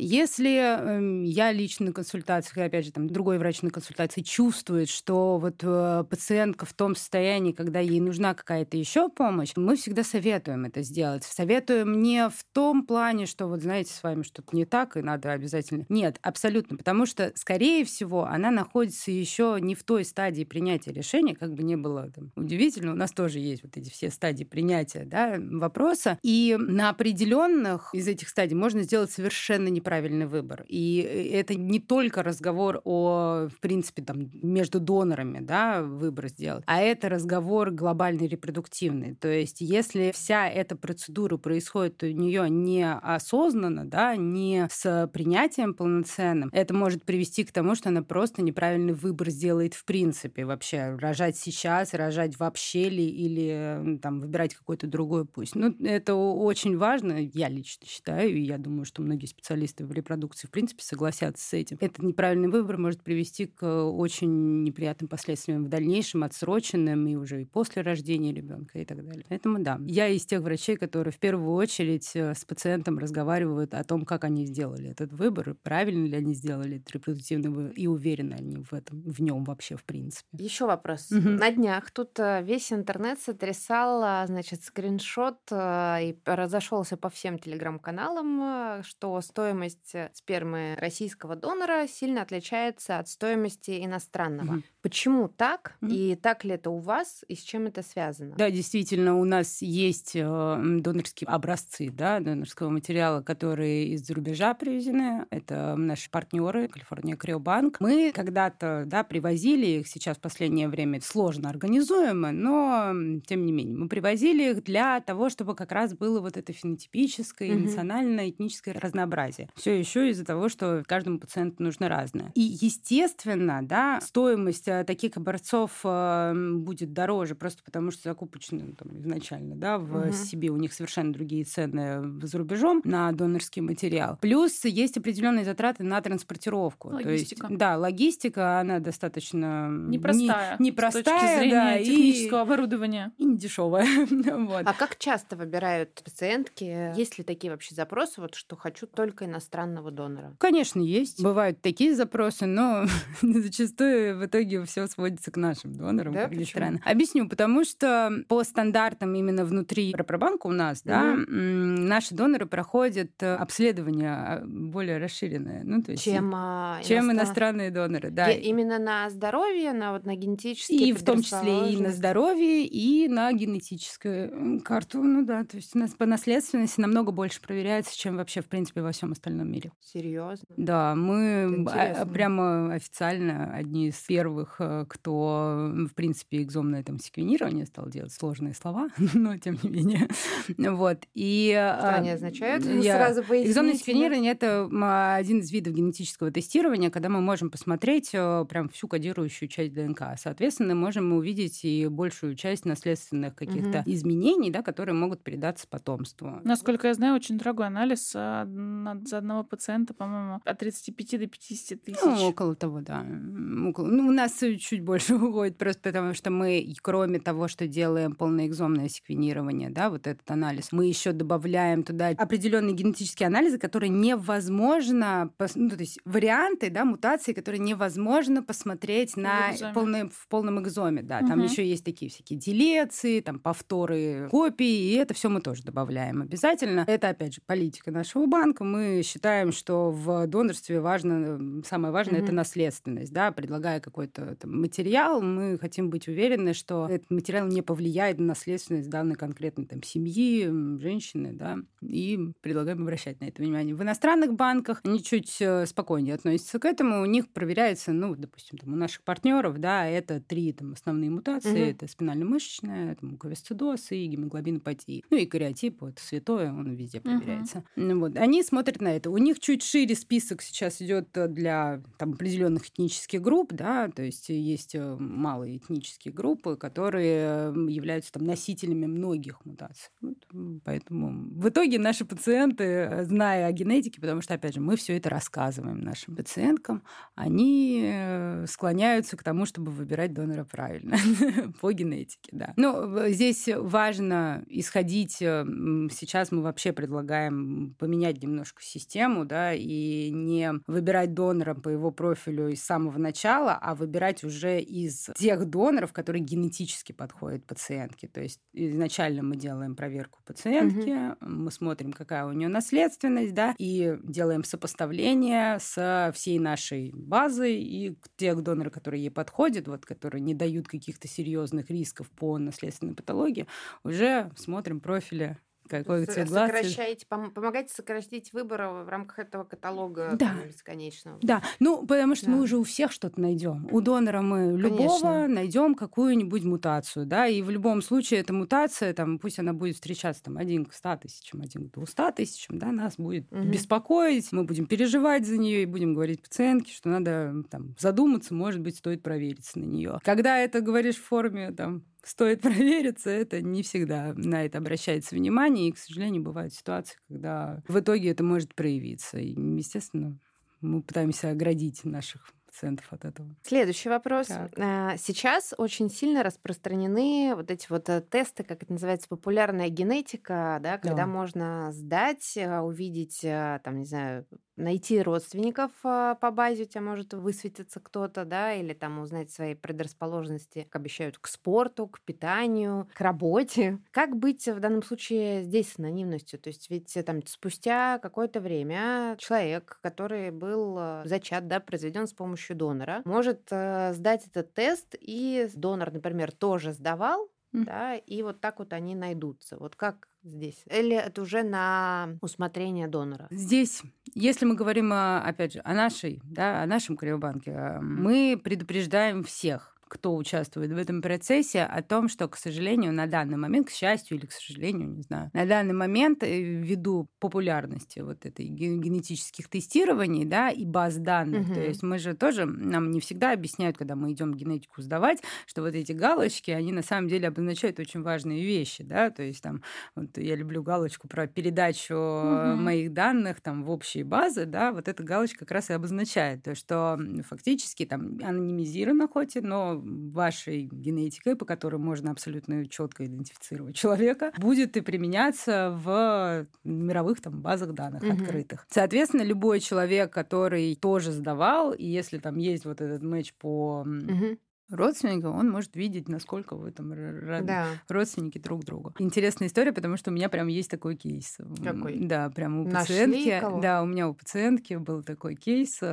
если я лично на консультациях, и опять же, там другой врач на консультации чувствует, что вот пациентка в том состоянии, когда ей нужна какая-то еще помощь, мы всегда советуем это сделать. Советуем не в том плане, что вот знаете, с вами что-то не так, и надо обязательно... Нет, абсолютно. Потому что, скорее всего, она находится еще не в той стадии принятия решения, как бы не было там удивительно. У нас тоже есть вот эти все стадии принятия, да, вопроса. И на определенном из этих стадий можно сделать совершенно неправильный выбор. И это не только разговор о, в принципе, там, между донорами, да, выбор сделать, а это разговор глобальный репродуктивный. То есть если вся эта процедура происходит у нее неосознанно, да, не с принятием полноценным, это может привести к тому, что она просто неправильный выбор сделает в принципе. Вообще рожать сейчас, рожать вообще ли, или там, выбирать какой-то другой путь. Ну, это очень важно. Я лично считаю, и я думаю, что многие специалисты в репродукции, в принципе, согласятся с этим. Этот неправильный выбор может привести к очень неприятным последствиям в дальнейшем, отсроченным и уже и после рождения ребенка и так далее. Поэтому да, я из тех врачей, которые в первую очередь с пациентом разговаривают о том, как они сделали этот выбор, правильно ли они сделали этот репродуктивный выбор, и уверены они в нем вообще в принципе. Еще вопрос. На днях тут весь интернет сотрясал, значит, скриншот и разошелся по всем телеграм-каналам, что стоимость спермы российского донора сильно отличается от стоимости иностранного. Почему так? И так ли это у вас? И с чем это связано? Да, действительно, у нас есть донорские образцы, да, донорского материала, которые из-за рубежа привезены. Это наши партнеры, Калифорния Криобанк. Мы когда-то, да, привозили их, сейчас в последнее время сложно организуемо, но тем не менее мы привозили их для того, чтобы как раз было вот это фенотипическое и национальное, этническое разнообразие. Все еще из-за того, что каждому пациенту нужно разное. И, естественно, да, стоимость таких образцов будет дороже, просто потому что закупочные там, изначально, да, в себе у них совершенно другие цены за рубежом на донорский материал. Плюс есть определенные затраты на транспортировку. Логистика. То есть, да, логистика, она достаточно непростая, непростая, с точки зрения да, технического оборудования. И не дешевая. Вот. А как часто выбирают пациентки Есть ли такие вообще запросы, вот что хочу только иностранного донора? Конечно, есть. Бывают такие запросы, но зачастую в итоге все сводится к нашим донорам, Да, как ни почему? странно. Объясню, потому что по стандартам именно внутри Репробанка у нас, да, наши доноры проходят обследование более расширенное. Ну, то есть, чем иностранные доноры, да. Именно на здоровье, на генетические и в том числе и на здоровье, и на генетическую карту. Ну да, то есть у нас по наследственности намного больше проверяется, чем вообще, в принципе, во всем остальном мире. Серьезно? Да, мы прямо официально одни из первых, кто, в принципе, экзомное там секвенирование стал делать. Сложные слова, но тем не менее. Вот. И, что они означают? Сразу поясните. Экзомное секвенирование — это один из видов генетического тестирования, когда мы можем посмотреть прям всю кодирующую часть ДНК. Соответственно, можем увидеть и большую часть наследственных каких-то изменений, да, которые могут передаться потомству. Насколько я знаю, очень дорогой анализ за одного пациента, по-моему, от 35 до 50 тысяч. Ну, около того, да. У нас чуть больше уходит, просто потому что мы, кроме того, что делаем полноэкзомное секвенирование, да, вот этот анализ, мы еще добавляем туда определенные генетические анализы, которые невозможно, ну, то есть варианты, да, мутации, которые невозможно посмотреть в полном экзоме, да. Там еще есть такие всякие делеции, там повторы копий, и это все мы тоже добавляем обязательно. Это, опять же, политика нашего банка. Мы считаем, что в донорстве самое важное это наследственность, да. Предлагая какой-то материал, мы хотим быть уверены, что этот материал не повлияет на наследственность данной конкретной семьи, женщины, да, и предлагаем обращать на это внимание. В иностранных банках они чуть спокойнее относятся к этому. У них проверяется, ну, допустим, у наших партнеров, да, это 3 основные мутации. Это спинально-мышечная, муковисцидоз и гемоглобинопатия. Ну и кариотип, это святое, он везде проверяется. Вот. Они смотрят на это. У них чуть шире список сейчас идет для определенных этнических групп, да, то есть есть малые этнические группы, которые являются носителями многих мутаций. Вот. Поэтому в итоге наши пациенты, зная о генетике, потому что, опять же, мы все это рассказываем нашим пациенткам, они склоняются к тому, чтобы выбирать донора правильно по генетике, да. Но здесь важно исходить. Сейчас мы вообще предлагаем поменять немножко систему, да, и не выбирать донора по его профилю с самого начала, а выбирать уже из тех доноров, которые генетически подходят пациентке. То есть изначально мы делаем проверку пациентки, мы смотрим, какая у нее наследственность, да, и делаем сопоставление с всей нашей базой и тех доноров, которые ей подходят, вот, которые не дают каких-то серьезных рисков по наследственной патологии, уже смотрим профили. Какой цвет глаз. Помогаете сократить выбор в рамках этого каталога бесконечного. Да, ну, потому что мы уже у всех что-то найдем. У донора мы любого найдем какую-нибудь мутацию, да, и в любом случае эта мутация, пусть она будет встречаться один к 100 тысячам, один к 200 тысячам, да, нас будет беспокоить, мы будем переживать за нее и будем говорить пациентке, что надо задуматься, может быть, стоит провериться на нее. Когда это говоришь в форме, стоит провериться, это не всегда на это обращается внимание, и, к сожалению, бывают ситуации, когда в итоге это может проявиться. И, естественно, мы пытаемся оградить наших пациентов от этого. Следующий вопрос. Так. Сейчас очень сильно распространены вот эти тесты, как это называется, популярная генетика, да, когда можно сдать, увидеть, не знаю, найти родственников по базе, у тебя может высветиться кто-то, да, или узнать свои предрасположенности, как обещают, к спорту, к питанию, к работе. Как быть в данном случае здесь с анонимностью? То есть ведь спустя какое-то время человек, который был зачат, да, произведен с помощью донора, может сдать этот тест, и донор, например, тоже сдавал, да, и вот так вот они найдутся. Вот как здесь? Или это уже на усмотрение донора? Здесь, если мы говорим, опять же, о нашем Криобанке, мы предупреждаем всех, кто участвует в этом процессе, о том, что, к сожалению, на данный момент, к счастью или к сожалению, не знаю, на данный момент, ввиду популярности вот этой генетических тестирований, да, и баз данных, то есть мы же тоже, нам не всегда объясняют, когда мы идем генетику сдавать, что вот эти галочки, они на самом деле обозначают очень важные вещи, да, то есть вот я люблю галочку про передачу моих данных в общие базы, да, вот эта галочка как раз и обозначает то, что фактически анонимизировано хоть, но вашей генетикой, по которой можно абсолютно четко идентифицировать человека, будет и применяться в мировых там базах данных открытых. Соответственно, любой человек, который тоже сдавал, и если там есть вот этот матч по родственника, он может видеть, насколько вы там родственники друг другу. Интересная история, потому что у меня прям есть такой кейс. Какой? Да, прям у Нашли пациентки. кого? Да, у меня у пациентки был такой кейс.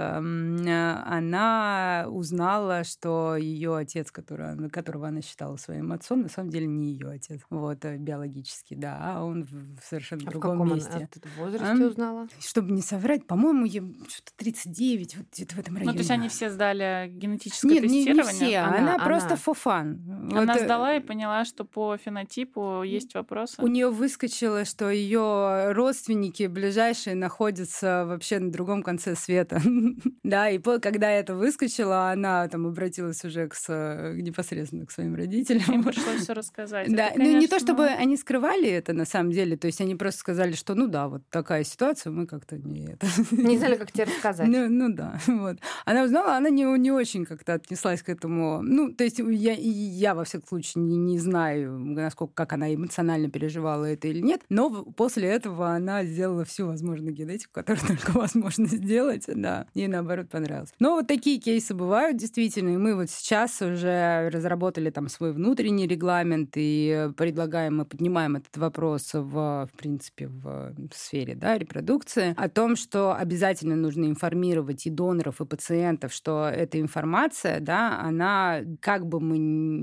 Она узнала, что ее отец, которого она считала своим отцом, на самом деле не ее отец. Вот, биологически, да, а он в совершенно другом в каком месте. Она в возрасте узнала? Чтобы не соврать, по-моему, ей что-то 39, вот где-то в этом районе. Ну, то есть они все сдали генетическое Нет, тестирование? не все. Она просто for fun. Она Вот, сдала и поняла, что по фенотипу есть вопросы. У нее выскочило, что ее родственники ближайшие находятся вообще на другом конце света. Да, и когда это выскочило, она там обратилась уже непосредственно к своим родителям. Им пришлось все рассказать. Да, Это, ну не конечно, то чтобы они скрывали это на самом деле, то есть они просто сказали, что ну да, вот такая ситуация, мы как-то не знали, как тебе рассказать. Ну да, вот. Она узнала, она не очень как-то отнеслась к этому. Ну, то есть я во всяком случае, не знаю, насколько, как она эмоционально переживала это или нет, но после этого она сделала всю возможную генетику, которую только возможно сделать, да, ей наоборот понравилось. Но вот такие кейсы бывают действительно, и мы вот сейчас уже разработали там свой внутренний регламент и мы поднимаем этот вопрос в принципе, в сфере, да, репродукции, о том, что обязательно нужно информировать и доноров, и пациентов, что эта информация, да, она, как бы мы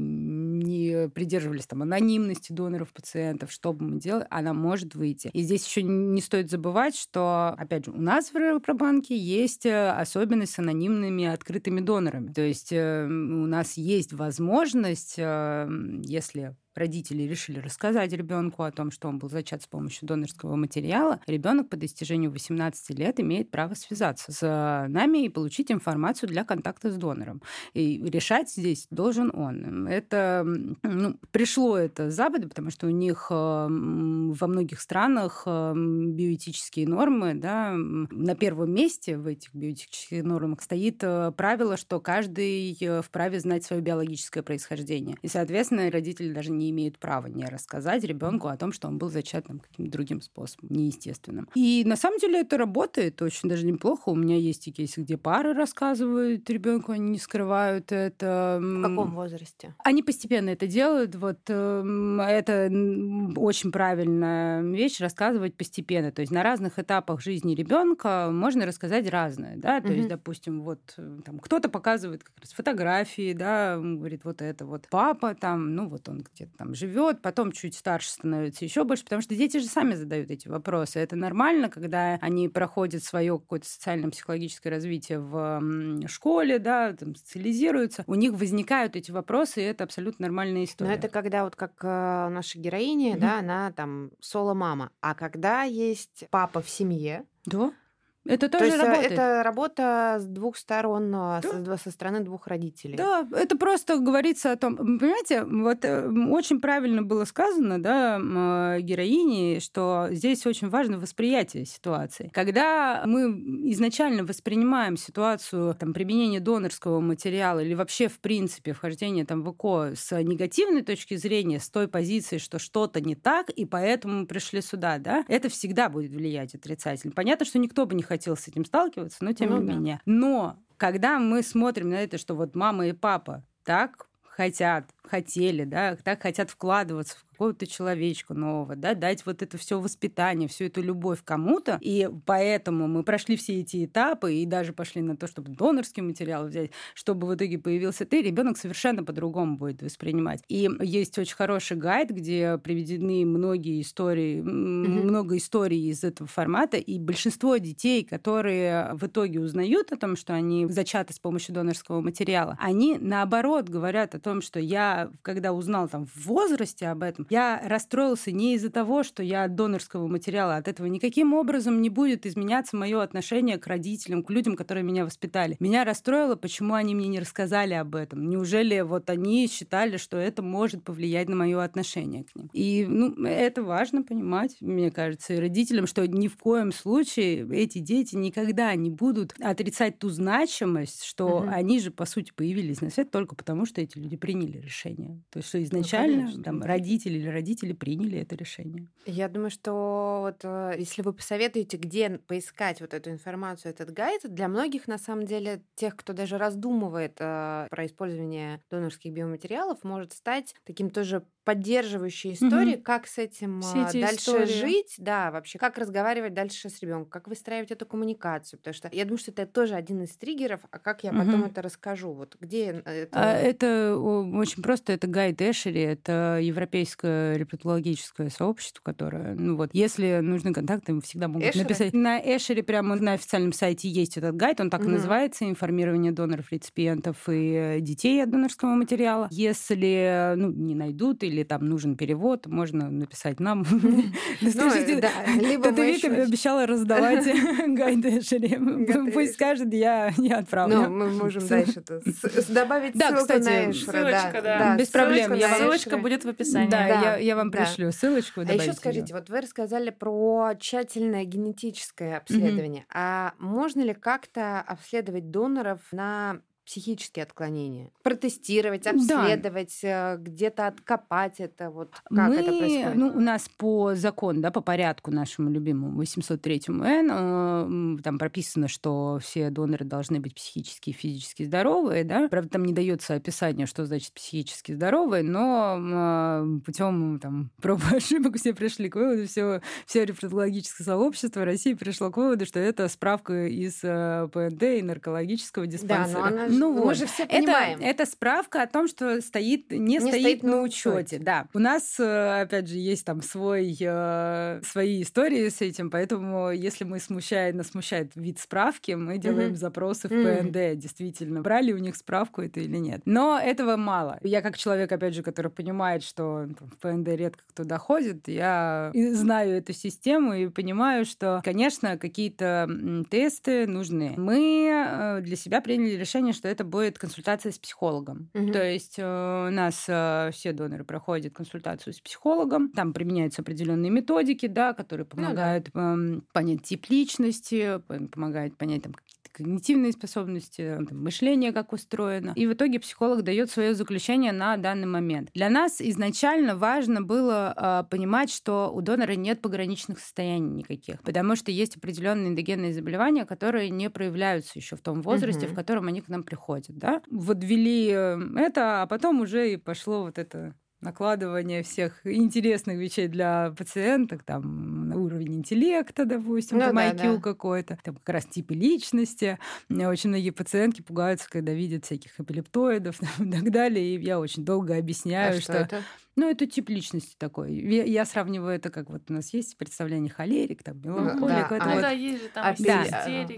не придерживались там анонимности доноров, пациентов, что бы мы делали, она может выйти. И здесь еще не стоит забывать, что, опять же, у нас в Репробанке есть особенность с анонимными открытыми донорами. То есть у нас есть возможность, если родители решили рассказать ребенку о том, что он был зачат с помощью донорского материала, ребенок по достижению 18 лет имеет право связаться с нами и получить информацию для контакта с донором. И решать здесь должен он. Это пришло это с Запада, потому что у них во многих странах биоэтические нормы, да, на первом месте в этих биоэтических нормах стоит правило, что каждый вправе знать свое биологическое происхождение. И, соответственно, родители даже не имеют права не рассказать ребенку о том, что он был зачат каким-то другим способом, неестественным. И на самом деле это работает очень даже неплохо. У меня есть и кейсы, где пары рассказывают ребенку, они не скрывают это. В каком возрасте? Они постепенно это делают. Вот это очень правильная вещь рассказывать постепенно. То есть на разных этапах жизни ребенка можно рассказать разное, да. То есть, допустим, вот там кто-то показывает как раз фотографии, да, говорит, вот это вот папа там, ну вот он где-то там живет, потом чуть старше становится еще больше, потому что дети же сами задают эти вопросы. Это нормально, когда они проходят свое какое-то социально-психологическое развитие в школе, да, там, социализируются, у них возникают эти вопросы, и это абсолютно нормальная история. Но это когда вот как наша героиня, да, она там соло-мама, а когда есть папа в семье. Да. Это тоже есть работает. Это работа с двух сторон, да. со стороны двух родителей. Да, это просто говорится о том... Понимаете, вот очень правильно было сказано, да, героине, что здесь очень важно восприятие ситуации. Когда мы изначально воспринимаем ситуацию там, применения донорского материала или вообще, в принципе, вхождения там, в ЭКО с негативной точки зрения, с той позиции, что что-то не так, и поэтому мы пришли сюда, да, это всегда будет влиять отрицательно. Понятно, что никто бы не хотел с этим сталкиваться, но тем не менее. Но когда мы смотрим на это, что вот мама и папа так хотели, да, так хотят вкладываться в какого-то человечка нового, да, дать вот это все воспитание, всю эту любовь кому-то, и поэтому мы прошли все эти этапы и даже пошли на то, чтобы донорский материал взять, чтобы в итоге появился ты, ребенок совершенно по-другому будет воспринимать. И есть очень хороший гайд, где приведены многие истории, много историй из этого формата, и большинство детей, которые в итоге узнают о том, что они зачаты с помощью донорского материала, они наоборот говорят о том, что я я, когда узнал там в возрасте об этом, я расстроился не из-за того, что я от донорского материала, от этого никаким образом не будет изменяться мое отношение к родителям, к людям, которые меня воспитали. Меня расстроило, почему они мне не рассказали об этом. Неужели вот они считали, что это может повлиять на мое отношение к ним? И это важно понимать, мне кажется, и родителям, что ни в коем случае эти дети никогда не будут отрицать ту значимость, что они же, по сути, появились на свет только потому, что эти люди приняли решение. То есть, что изначально там, родители приняли это решение. Я думаю, что вот если вы посоветуете, где поискать вот эту информацию, этот гайд, для многих, на самом деле, тех, кто даже раздумывает про использование донорских биоматериалов, может стать таким тоже поддерживающей историей, как с этим дальше жить, да, вообще, как разговаривать дальше с ребенком, как выстраивать эту коммуникацию, потому что я думаю, что это тоже один из триггеров, а как я потом это расскажу, вот где это... Это очень просто, это гайд Эшери, это европейское репродуктологическое сообщество, которое, если нужны контакты, вы всегда могут написать. На Эшери прямо на официальном сайте есть этот гайд, он так и называется, информирование доноров, реципиентов и детей от донорского материала. Если не найдут или там нужен перевод, можно написать нам. Либо Вика обещала раздавать гайды Эшери. Пусть скажет, я отправлю. Мы можем дальше добавить ссылку на Эшери. Ссылочка, да. Без проблем. Ссылочка будет в описании. Да, я вам пришлю ссылочку. А еще скажите, вот вы рассказали про тщательное генетическое обследование. А можно ли как-то обследовать доноров на психические отклонения? Протестировать, обследовать, где-то откопать это? Вот как это происходит? У нас по закону, по порядку нашему любимому 803-Н, там прописано, что все доноры должны быть психически и физически здоровые, да? Правда, там не дается описание, что значит психически здоровые, но путем проб и ошибок все пришли к выводу, все репродуктологическое сообщество России пришло к выводу, что это справка из ПНД и наркологического диспансера. Да, но она мы же все понимаем. Это справка о том, что не стоит на учете. Да. У нас, опять же, есть там свои истории с этим, поэтому если нас смущает вид справки, мы делаем запросы в ПНД, действительно, брали у них справку это или нет. Но этого мало. Я как человек, опять же, который понимает, что в ПНД редко кто доходит, я знаю эту систему и понимаю, что, конечно, какие-то тесты нужны. Мы для себя приняли решение, что это будет консультация с психологом. То есть у нас все доноры проходят консультацию с психологом. Там применяются определенные методики, которые помогают понять тип личности, помогают понять какие-то когнитивные способности, мышление как устроено. И в итоге психолог дает свое заключение на данный момент. Для нас изначально важно было понимать, что у донора нет пограничных состояний никаких, потому что есть определенные эндогенные заболевания, которые не проявляются еще в том возрасте, в котором они к нам приходят. Да? Вот ввели это, а потом уже и пошло вот это накладывание всех интересных вещей для пациенток, там, на уровень интеллекта, допустим, там IQ какой-то, там как раз типы личности. Очень многие пациентки пугаются, когда видят всяких эпилептоидов и так далее, и я очень долго объясняю, что это? Это тип личности такой. Я сравниваю это, как вот у нас есть представление холерик, там, меланхолик. Есть же там истерики.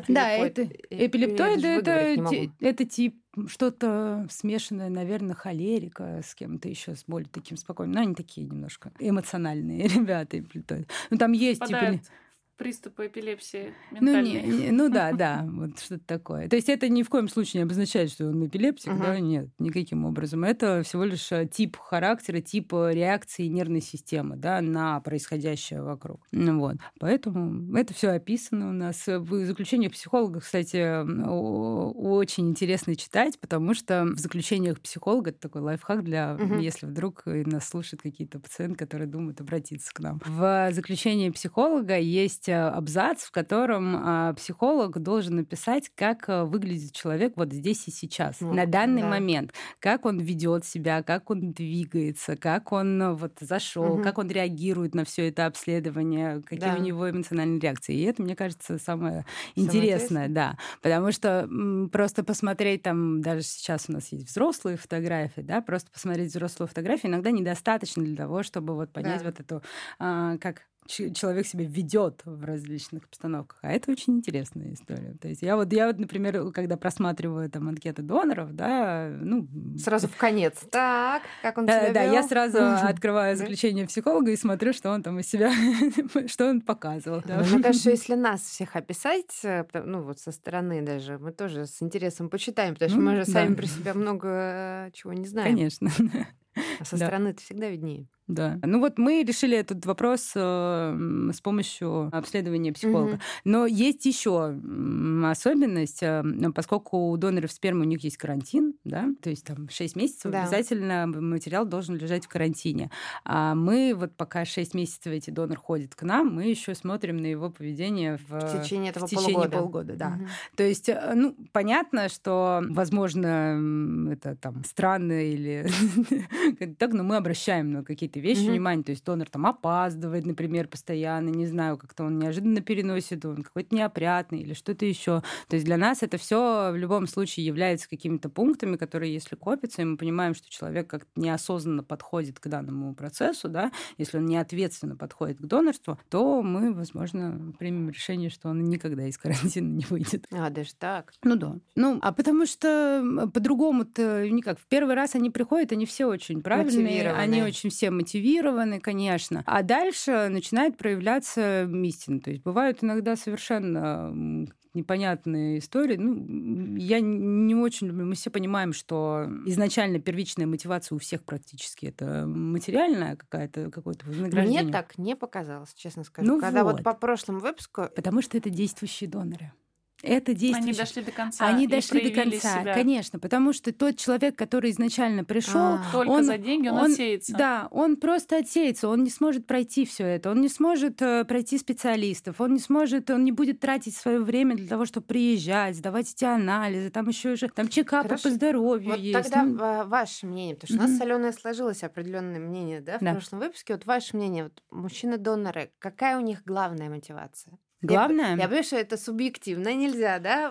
Эпилептоиды — это тип что-то смешанное, наверное, холерика с кем-то еще с более таким спокойным. Но они такие немножко эмоциональные ребята. Там есть приступы эпилепсии ментальные. Вот что-то такое. То есть это ни в коем случае не обозначает, что он эпилептик, нет, никаким образом. Это всего лишь тип характера, тип реакции нервной системы, на происходящее вокруг. Поэтому это все описано у нас. В заключениях психолога, кстати, очень интересно читать, потому что в заключениях психолога это такой лайфхак для, если вдруг нас слушают какие-то пациенты, которые думают обратиться к нам. В заключении психолога есть абзац, в котором психолог должен написать, как выглядит человек вот здесь и сейчас, на данный момент, как он ведет себя, как он двигается, как он зашел, как он реагирует на все это обследование, какие у него эмоциональные реакции. И это, мне кажется, самое интересное, потому что просто посмотреть там, даже сейчас у нас есть взрослые фотографии, просто посмотреть взрослую фотографию иногда недостаточно для того, чтобы понять вот эту, человек себя ведет в различных обстановках. А это очень интересная история. То есть я вот, например, когда просматриваю там анкеты доноров, да, Сразу в конец. Так, как он себя вел? Да, я сразу открываю заключение психолога и смотрю, что он там из себя, что он показывал. Мне кажется, если нас всех описать, вот со стороны даже, мы тоже с интересом почитаем, потому что мы же сами про себя много чего не знаем. Конечно. А со стороны это всегда виднее. Да. Вот мы решили этот вопрос с помощью обследования психолога. Но есть еще особенность, поскольку у доноров спермы у них есть карантин, да, то есть там 6 месяцев обязательно материал должен лежать в карантине. А мы вот пока 6 месяцев эти донор ходит к нам, мы еще смотрим на его поведение в течение полгода. Да. То есть, понятно, что, возможно, это там странно или так, но мы обращаем на какие-то вещи внимание. То есть донор там опаздывает, например, постоянно, не знаю, как-то он неожиданно переносит, он какой-то неопрятный или что-то еще. То есть для нас это все в любом случае является какими-то пунктами, которые, если копятся, и мы понимаем, что человек как-то неосознанно подходит к данному процессу, да, если он неответственно подходит к донорству, то мы, возможно, примем решение, что он никогда из карантина не выйдет. А, даже так? Да. А потому что по-другому-то никак. В первый раз они приходят, они все очень правильные, они очень все мотивированы, конечно. А дальше начинает проявляться истина. То есть бывают иногда совершенно непонятные истории. Я не очень люблю. Мы все понимаем, что изначально первичная мотивация у всех практически это материальная какое-то вознаграждение. Мне так не показалось, честно скажу. Когда вот по прошлому выпуску... Потому что это действующие доноры. Это действие. Они дошли до конца. Они дошли до конца, себя. Конечно, потому что тот человек, который изначально пришел, только за деньги он отсеется. Да, он просто отсеется, он не сможет пройти все это, он не сможет пройти специалистов, он не будет тратить свое время для того, чтобы приезжать, сдавать эти анализы, там еще же там чекапы по здоровью вот есть. Тогда ваше мнение, потому что у нас с Аленой сложилось определенное мнение, да, в прошлом выпуске. Вот ваше мнение, вот мужчины-доноры, какая у них главная мотивация? Главное? Я понимаю, что это субъективно, нельзя, да?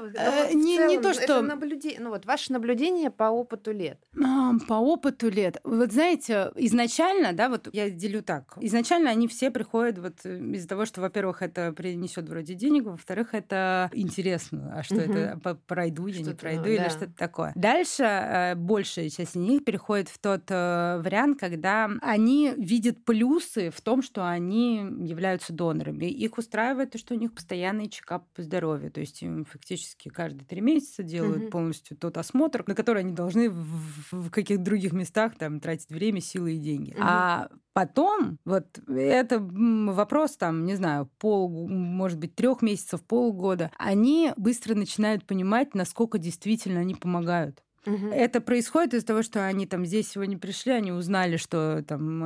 Не то, что... ваше наблюдение по опыту лет. По опыту лет. Вот знаете, изначально, да, вот я делю так. Изначально они все приходят вот из-за того, что, во-первых, это принесет вроде денег, во-вторых, это интересно. А что это? Пройду я, не пройду или что-то такое. Дальше большая часть них переходит в тот вариант, когда они видят плюсы в том, что они являются донорами. Их устраивает то, что у них постоянный чекап по здоровью. То есть им фактически каждые 3 месяца делают полностью тот осмотр, на который они должны в каких-то других местах там тратить время, силы и деньги. А потом, вот это вопрос там, не знаю, может быть, 3 месяцев, полгода, они быстро начинают понимать, насколько действительно они помогают. Это происходит из-за того, что они там здесь сегодня пришли, они узнали, что там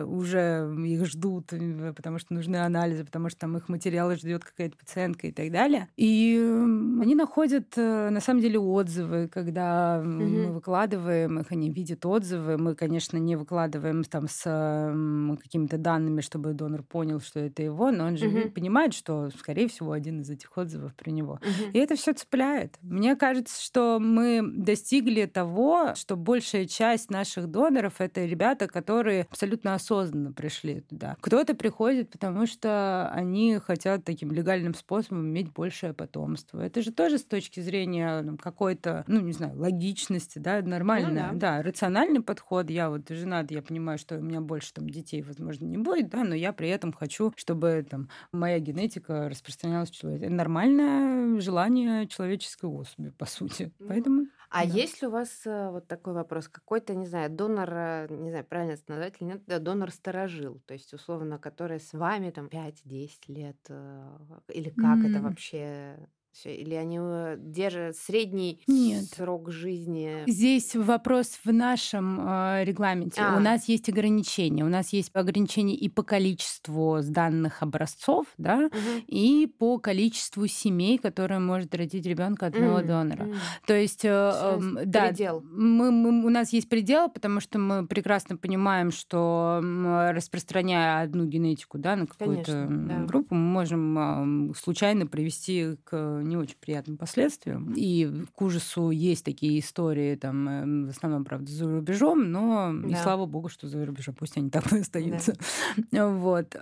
уже их ждут, потому что нужны анализы, потому что там их материалы ждет какая-то пациентка и так далее. И они находят, на самом деле, отзывы, когда мы выкладываем их, они видят отзывы. Мы, конечно, не выкладываем там с какими-то данными, чтобы донор понял, что это его, но он же понимает, что, скорее всего, один из этих отзывов про него. И это все цепляет. Мне кажется, что мы достигли того, что большая часть наших доноров — это ребята, которые абсолютно осознанно пришли туда. Кто-то приходит, потому что они хотят таким легальным способом иметь большее потомство. Это же тоже с точки зрения какой-то, не знаю, логичности, да, нормально. Да, рациональный подход. Я вот женат, я понимаю, что у меня больше там детей, возможно, не будет, да, но я при этом хочу, чтобы там моя генетика распространялась в человеке. Это нормальное желание человеческой особи, по сути. Поэтому... Есть ли у вас вот такой вопрос? Какой-то, не знаю, донор, не знаю, правильно это назвать или нет, донор-старожил, то есть, условно, который с вами там 5-10 лет, или как это вообще... Или они держат средний срок жизни? Здесь вопрос в нашем регламенте. У нас есть ограничения. У нас есть ограничения и по количеству сданных образцов, да, и по количеству семей, которые может родить ребенка одного донора. То есть, предел. У нас есть предел, потому что мы прекрасно понимаем, что распространяя одну генетику, да, на какую-то группу, мы можем случайно привести к не очень приятным последствиям. И к ужасу есть такие истории, там, в основном, правда, за рубежом, но и слава богу, что за рубежом, пусть они там и остаются. Вот.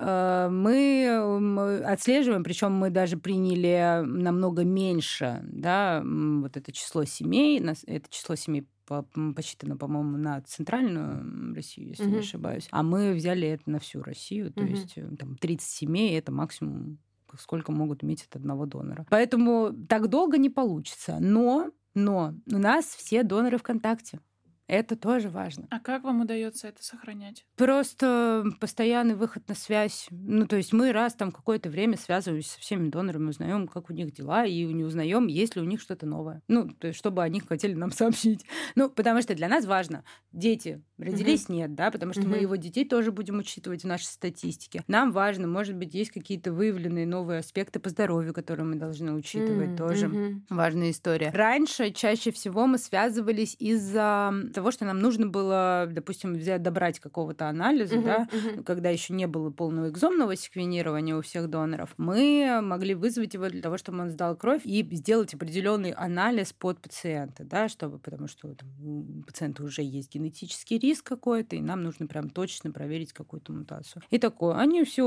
Мы отслеживаем, причем мы даже приняли намного меньше, да, вот это число семей, это число семей посчитано, по-моему, на центральную Россию, если не ошибаюсь. А мы взяли это на всю Россию. То есть там 30 семей — это максимум, сколько могут иметь от одного донора. Поэтому так долго не получится. Но у нас все доноры ВКонтакте. Это тоже важно. А как вам удается это сохранять? Просто постоянный выход на связь. Ну, то есть мы раз там какое-то время связываемся со всеми донорами, узнаем, как у них дела, и не узнаем, есть ли у них что-то новое. Ну, то есть чтобы о них хотели нам сообщить. Ну, потому что для нас важно. Дети родились, нет, да, потому что мы его детей тоже будем учитывать в нашей статистике. Нам важно, может быть, есть какие-то выявленные новые аспекты по здоровью, которые мы должны учитывать. Тоже важная история. Раньше чаще всего мы связывались из-за того, что нам нужно было, допустим, добрать какого-то анализа, да, когда еще не было полного экзомного секвенирования у всех доноров, мы могли вызвать его для того, чтобы он сдал кровь и сделать определенный анализ под пациента, да, потому что там, у пациента уже есть генетический риск какой-то, и нам нужно прям точно проверить какую-то мутацию. И такое. Они все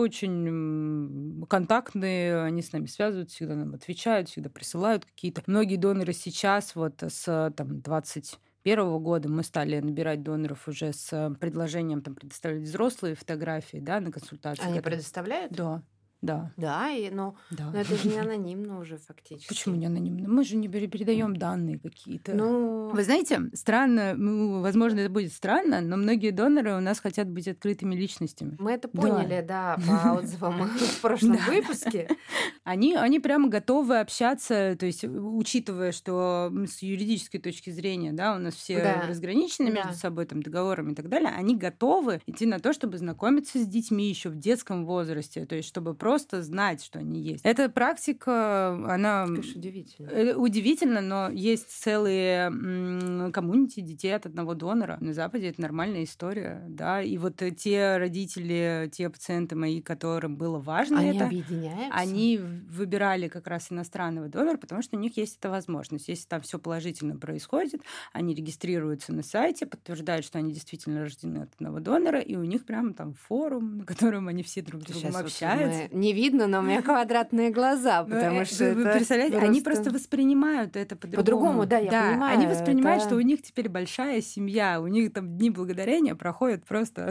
очень контактные, они с нами связываются, всегда нам отвечают, всегда присылают какие-то. Многие доноры сейчас вот с там 2021 года мы стали набирать доноров уже с предложением там предоставлять взрослые фотографии, да, на консультации. Они предоставляют? Да. Да, но это же не анонимно уже фактически. Почему не анонимно? Мы же не передаем данные какие-то. Вы знаете, странно, возможно, это будет странно, но многие доноры у нас хотят быть открытыми личностями. Мы это поняли, да, по отзывам в прошлом выпуске. Они прямо готовы общаться, то есть учитывая, что с юридической точки зрения, да, у нас все разграничены между собой там договорами и так далее, они готовы идти на то, чтобы знакомиться с детьми еще в детском возрасте, то есть чтобы просто знать, что они есть. Эта практика, она... Удивительно, но есть целые комьюнити детей от одного донора. На Западе это нормальная история, да, и вот те родители, те пациенты мои, которым было важно они это, объединяются? Они выбирали как раз иностранного донора, потому что у них есть эта возможность. Если там все положительно происходит, они регистрируются на сайте, подтверждают, что они действительно рождены от одного донора, и у них прямо там форум, на котором они все друг с другом общаются. Не видно, но у меня квадратные глаза, потому что вы представляете, они просто воспринимают это по-другому. По-другому, да, я понимаю. Они воспринимают, что у них теперь большая семья, у них там дни благодарения проходят просто...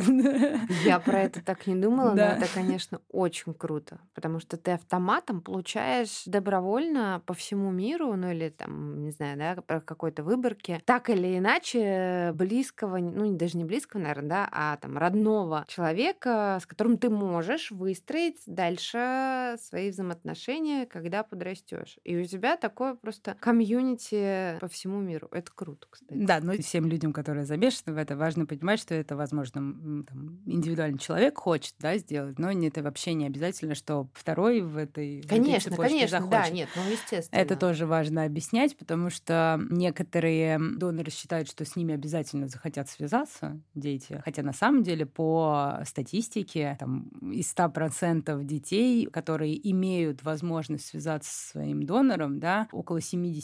Я про это так не думала, но это, конечно, очень круто, потому что ты автоматом получаешь добровольно по всему миру, ну или там, не знаю, да, по какой-то выборке, так или иначе близкого, ну даже не близкого, наверное, да, а там родного человека, с которым ты можешь выстроить дальше свои взаимоотношения, когда подрастешь. И у тебя такое просто комьюнити по всему миру. Это круто, кстати. Да, но всем людям, которые замешаны в это, важно понимать, что это, возможно, там, индивидуальный человек хочет, да, сделать, но это вообще не обязательно, что второй в этой конечно, захочет. Да, нет, ну естественно. Это тоже важно объяснять, потому что некоторые доноры считают, что с ними обязательно захотят связаться дети, хотя на самом деле по статистике там, из 100% детей, которые имеют возможность связаться со своим донором, да, около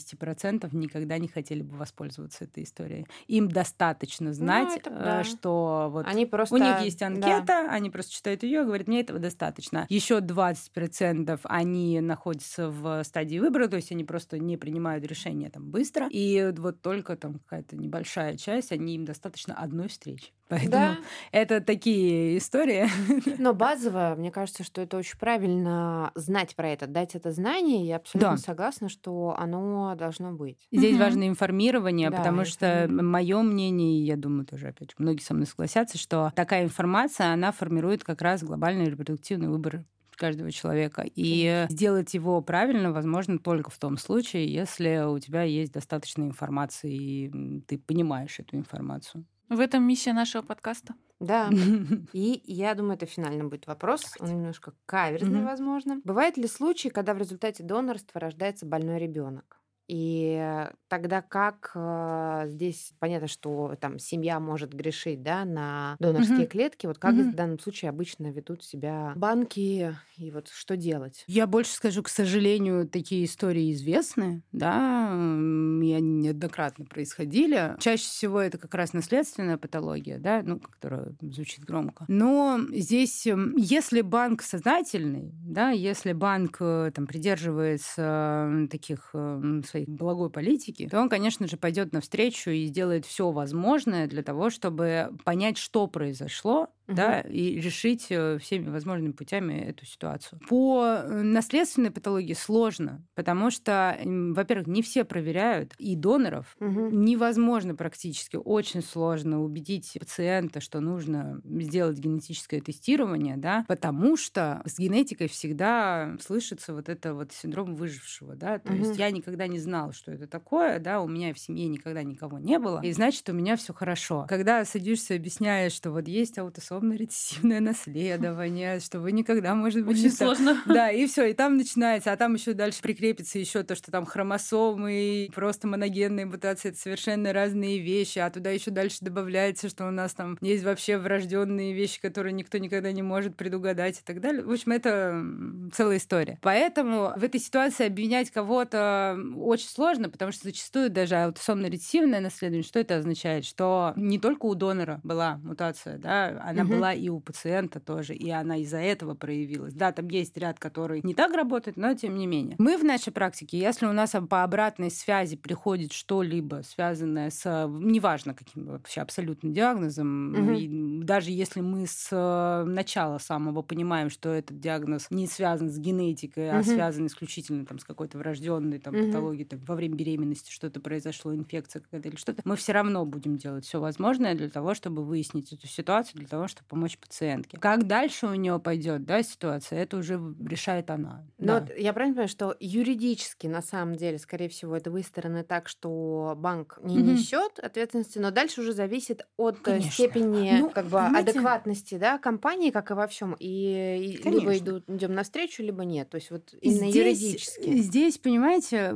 70% никогда не хотели бы воспользоваться этой историей. Им достаточно знать, что вот они просто... у них есть анкета, они просто читают ее и говорят, мне этого достаточно. Еще 20% они находятся в стадии выбора, то есть они просто не принимают решения там быстро, и вот только там какая-то небольшая часть, им достаточно одной встречи. Поэтому это такие истории. Но базово, мне кажется, что это очень правильно знать про это, дать это знание. Я абсолютно согласна, что оно должно быть. Здесь важно информирование, потому что мое мнение, я думаю, тоже, опять же, многие со мной согласятся, что такая информация, она формирует как раз глобальный репродуктивный выбор каждого человека. И сделать его правильно возможно только в том случае, если у тебя есть достаточно информации, и ты понимаешь эту информацию. В этом миссия нашего подкаста. Да. И я думаю, это финальный будет вопрос. Он немножко каверзный, возможно. Бывают ли случаи, когда в результате донорства рождается больной ребенок? И тогда как здесь понятно, что там семья может грешить, да, на донорские клетки. Вот как в данном случае обычно ведут себя банки и вот что делать? Я больше скажу, к сожалению, такие истории известны, да, и они неоднократно происходили. Чаще всего это как раз наследственная патология, да, ну, которая звучит громко. Но здесь, если банк сознательный, да, если банк там придерживается таких своей благой политики, то он, конечно же, пойдет навстречу и сделает все возможное для того, чтобы понять, что произошло, да, и решить всеми возможными путями эту ситуацию. По наследственной патологии сложно, потому что, во-первых, не все проверяют, и доноров невозможно практически, очень сложно убедить пациента, что нужно сделать генетическое тестирование, да, потому что с генетикой всегда слышится вот это вот синдром выжившего, да, то есть я никогда не знала, что это такое, да, у меня в семье никогда никого не было, и значит, у меня все хорошо. Когда садишься, объясняешь, что вот есть аутосомно-рецессивное наследование, что вы никогда, может быть, очень сложно. Да, и все, и там начинается, а там еще дальше прикрепится еще то, что там хромосомы, и просто моногенные мутации — это совершенно разные вещи, а туда еще дальше добавляется, что у нас там есть вообще врожденные вещи, которые никто никогда не может предугадать и так далее. В общем, это целая история. Поэтому в этой ситуации обвинять кого-то очень сложно, потому что зачастую даже аутосомно-рецессивное наследование, что это означает? Что не только у донора была мутация, да, она была и у пациента тоже, и она из-за этого проявилась. Да, там есть ряд, который не так работает, но тем не менее. Мы в нашей практике, если у нас по обратной связи приходит что-либо, связанное с, неважно каким вообще абсолютным диагнозом, и даже если мы с начала самого понимаем, что этот диагноз не связан с генетикой, а связан исключительно там, с какой-то врожденной там, патологией, там, во время беременности что-то произошло, инфекция какая-то или что-то, мы все равно будем делать все возможное для того, чтобы выяснить эту ситуацию, для того, чтобы помочь пациентке. Как дальше у нее пойдет, да, ситуация, это уже решает она. Но Да. вот я правильно понимаю, что юридически, на самом деле, скорее всего, это выстроено так, что банк не несет ответственности, но дальше уже зависит от Конечно. степени Ну, как бы понимаете, адекватности, да, компании, как и во всем. И либо Конечно. идем навстречу, либо нет. То есть вот именно юридически. Здесь, понимаете,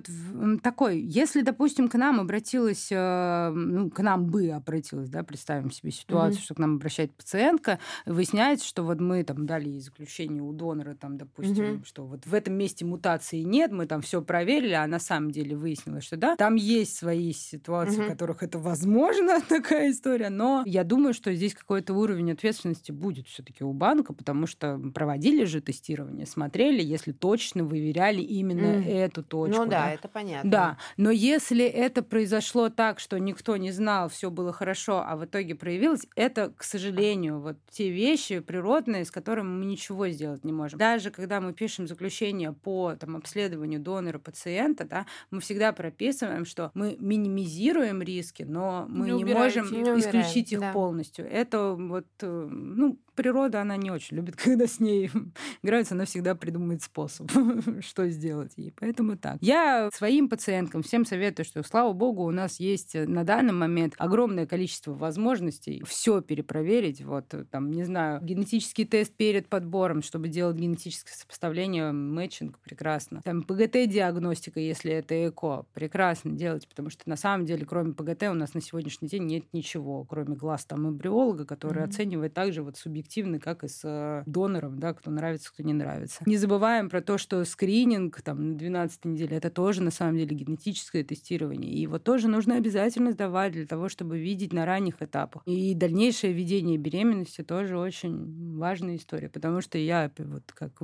такой, если, допустим, к нам обратилась, ну, к нам бы обратилась, да, представим себе ситуацию, что к нам обращается пациентка, выясняется, что вот мы там дали ей заключение у донора, там, допустим, что вот в этом месте мутации нет, мы там все проверили, а на самом деле выяснилось, что да, там есть свои ситуации, в которых это возможно, такая история, но я думаю, что здесь какой-то уровень ответственности будет все-таки у банка, потому что проводили же тестирование, смотрели, если точно выверяли именно эту точку. Ну да, это понятно. Да, но если это произошло так, что никто не знал, все было хорошо, а в итоге проявилось, это, к сожалению, вот те вещи природные, с которыми мы ничего сделать не можем. Даже когда мы пишем заключение по там, обследованию донора пациента, да, мы всегда прописываем, что мы минимизируем риски, но мы не можем исключить их полностью. Это вот, ну, природа, она не очень любит, когда с ней играются, она всегда придумает способ, что сделать ей. Поэтому так. Я своим пациенткам всем советую, что, слава богу, у нас есть на данный момент огромное количество возможностей все перепроверить. Вот, там, не знаю, генетический тест перед подбором, чтобы делать генетическое сопоставление, мэтчинг, прекрасно. Там ПГТ-диагностика, если это ЭКО, прекрасно делать, потому что на самом деле, кроме ПГТ, у нас на сегодняшний день нет ничего, кроме глаз там эмбриолога, который оценивает также вот субъективно, как и с донором, да, кто нравится, кто не нравится. Не забываем про то, что скрининг там на 12 неделе, это тоже на самом деле генетическое тестирование. И его тоже нужно обязательно сдавать для того, чтобы видеть на ранних этапах. И дальнейшее ведение беременности тоже очень важная история, потому что я вот как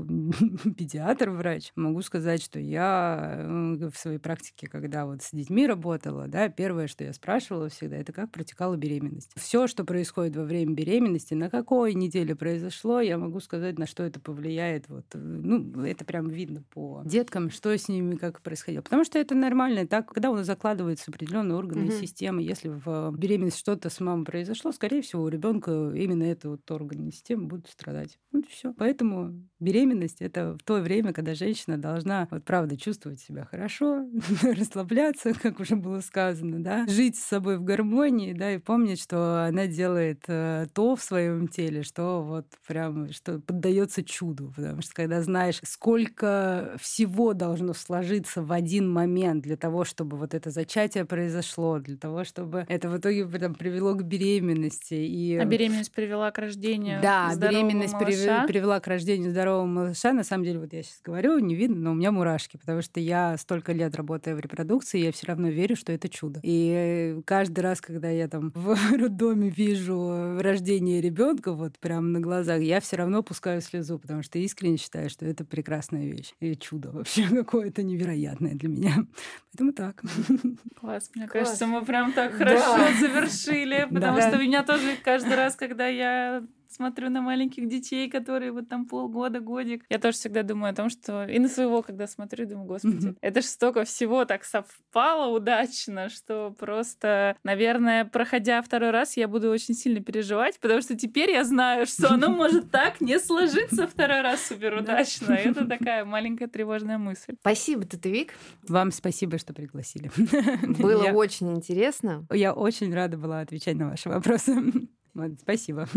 педиатр-врач могу сказать, что я в своей практике, когда вот с детьми работала, да, первое, что я спрашивала всегда, это как протекала беременность. Все, что происходит во время беременности, на какой неделе произошло, я могу сказать, на что это повлияет. Вот, ну, это прям видно по деткам, что с ними, как происходило. Потому что это нормально. Так, когда у нас закладываются определенные органы и системы, если в беременности что-то с мамой произошло, скорее всего, у ребенка именно это вот органы и системы будут страдать. Вот и все. Поэтому беременность — это в то время, когда женщина должна, вот правда, чувствовать себя хорошо, расслабляться, как уже было сказано, да, жить с собой в гармонии, да, и помнить, что она делает то в своем теле, что что вот прям, что поддается чуду. Потому что когда знаешь, сколько всего должно сложиться в один момент для того, чтобы вот это зачатие произошло, для того, чтобы это в итоге там привело к беременности. А беременность привела к рождению беременность малыша. привела к рождению здорового малыша. На самом деле, вот я сейчас говорю, не видно, но у меня мурашки, потому что я столько лет работаю в репродукции, я все равно верю, что это чудо. И каждый раз, когда я там в роддоме вижу рождение ребенка вот прямо на глазах, я все равно пускаю слезу, потому что искренне считаю, что это прекрасная вещь. И чудо вообще какое-то невероятное для меня. Поэтому так. Класс, мне кажется, мы прям так хорошо завершили, потому что у меня тоже каждый раз, когда я смотрю на маленьких детей, которые вот там полгода, годик, я тоже всегда думаю о том, что... И на своего, когда смотрю, думаю, господи, это ж столько всего так совпало удачно, что просто, наверное, проходя второй раз, я буду очень сильно переживать, потому что теперь я знаю, что оно может так не сложиться второй раз супер удачно. Это такая маленькая тревожная мысль. Спасибо, Татевик. Вам спасибо, что пригласили. Было очень интересно. Я очень рада была отвечать на ваши вопросы. Спасибо.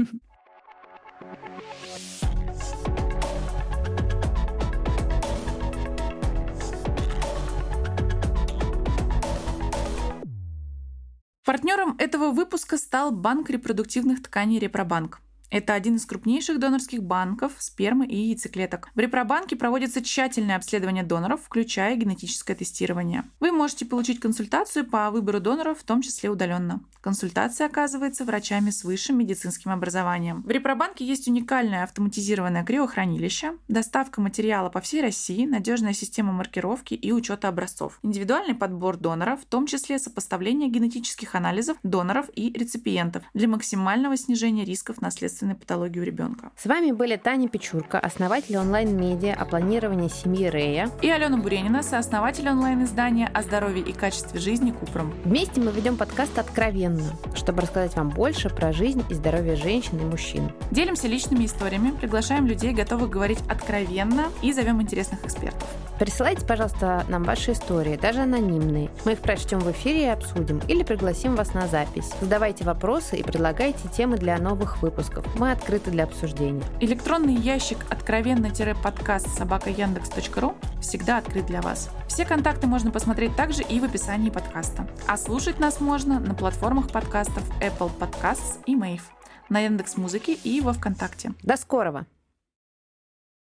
Партнером этого выпуска стал банк репродуктивных тканей Репробанк. Это один из крупнейших донорских банков спермы и яйцеклеток. В Репробанке проводится тщательное обследование доноров, включая генетическое тестирование. Вы можете получить консультацию по выбору доноров, в том числе удаленно. Консультация оказывается врачами с высшим медицинским образованием. В Репробанке есть уникальное автоматизированное криохранилище, доставка материала по всей России, надежная система маркировки и учета образцов, индивидуальный подбор доноров, в том числе сопоставление генетических анализов доноров и реципиентов для максимального снижения рисков наследственной патологии у ребенка. С вами были Таня Печурка, основатель онлайн-медиа о планировании семьи Рея, и Алена Буренина, сооснователь онлайн-издания о здоровье и качестве жизни Купром. Вместе мы ведем подкаст «Откровенно», чтобы рассказать вам больше про жизнь и здоровье женщин и мужчин. Делимся личными историями, приглашаем людей, готовых говорить откровенно, и зовем интересных экспертов. Присылайте, пожалуйста, нам ваши истории, даже анонимные. Мы их прочтем в эфире и обсудим, или пригласим вас на запись. Задавайте вопросы и предлагайте темы для новых выпусков. Мы открыты для обсуждения. Электронный ящик откровенно-подкаст@yandex.ru всегда открыт для вас. Все контакты можно посмотреть также и в описании подкаста. А слушать нас можно на платформах подкастов Apple Podcasts и Mave, на Яндекс.Музыке и во ВКонтакте. До скорого!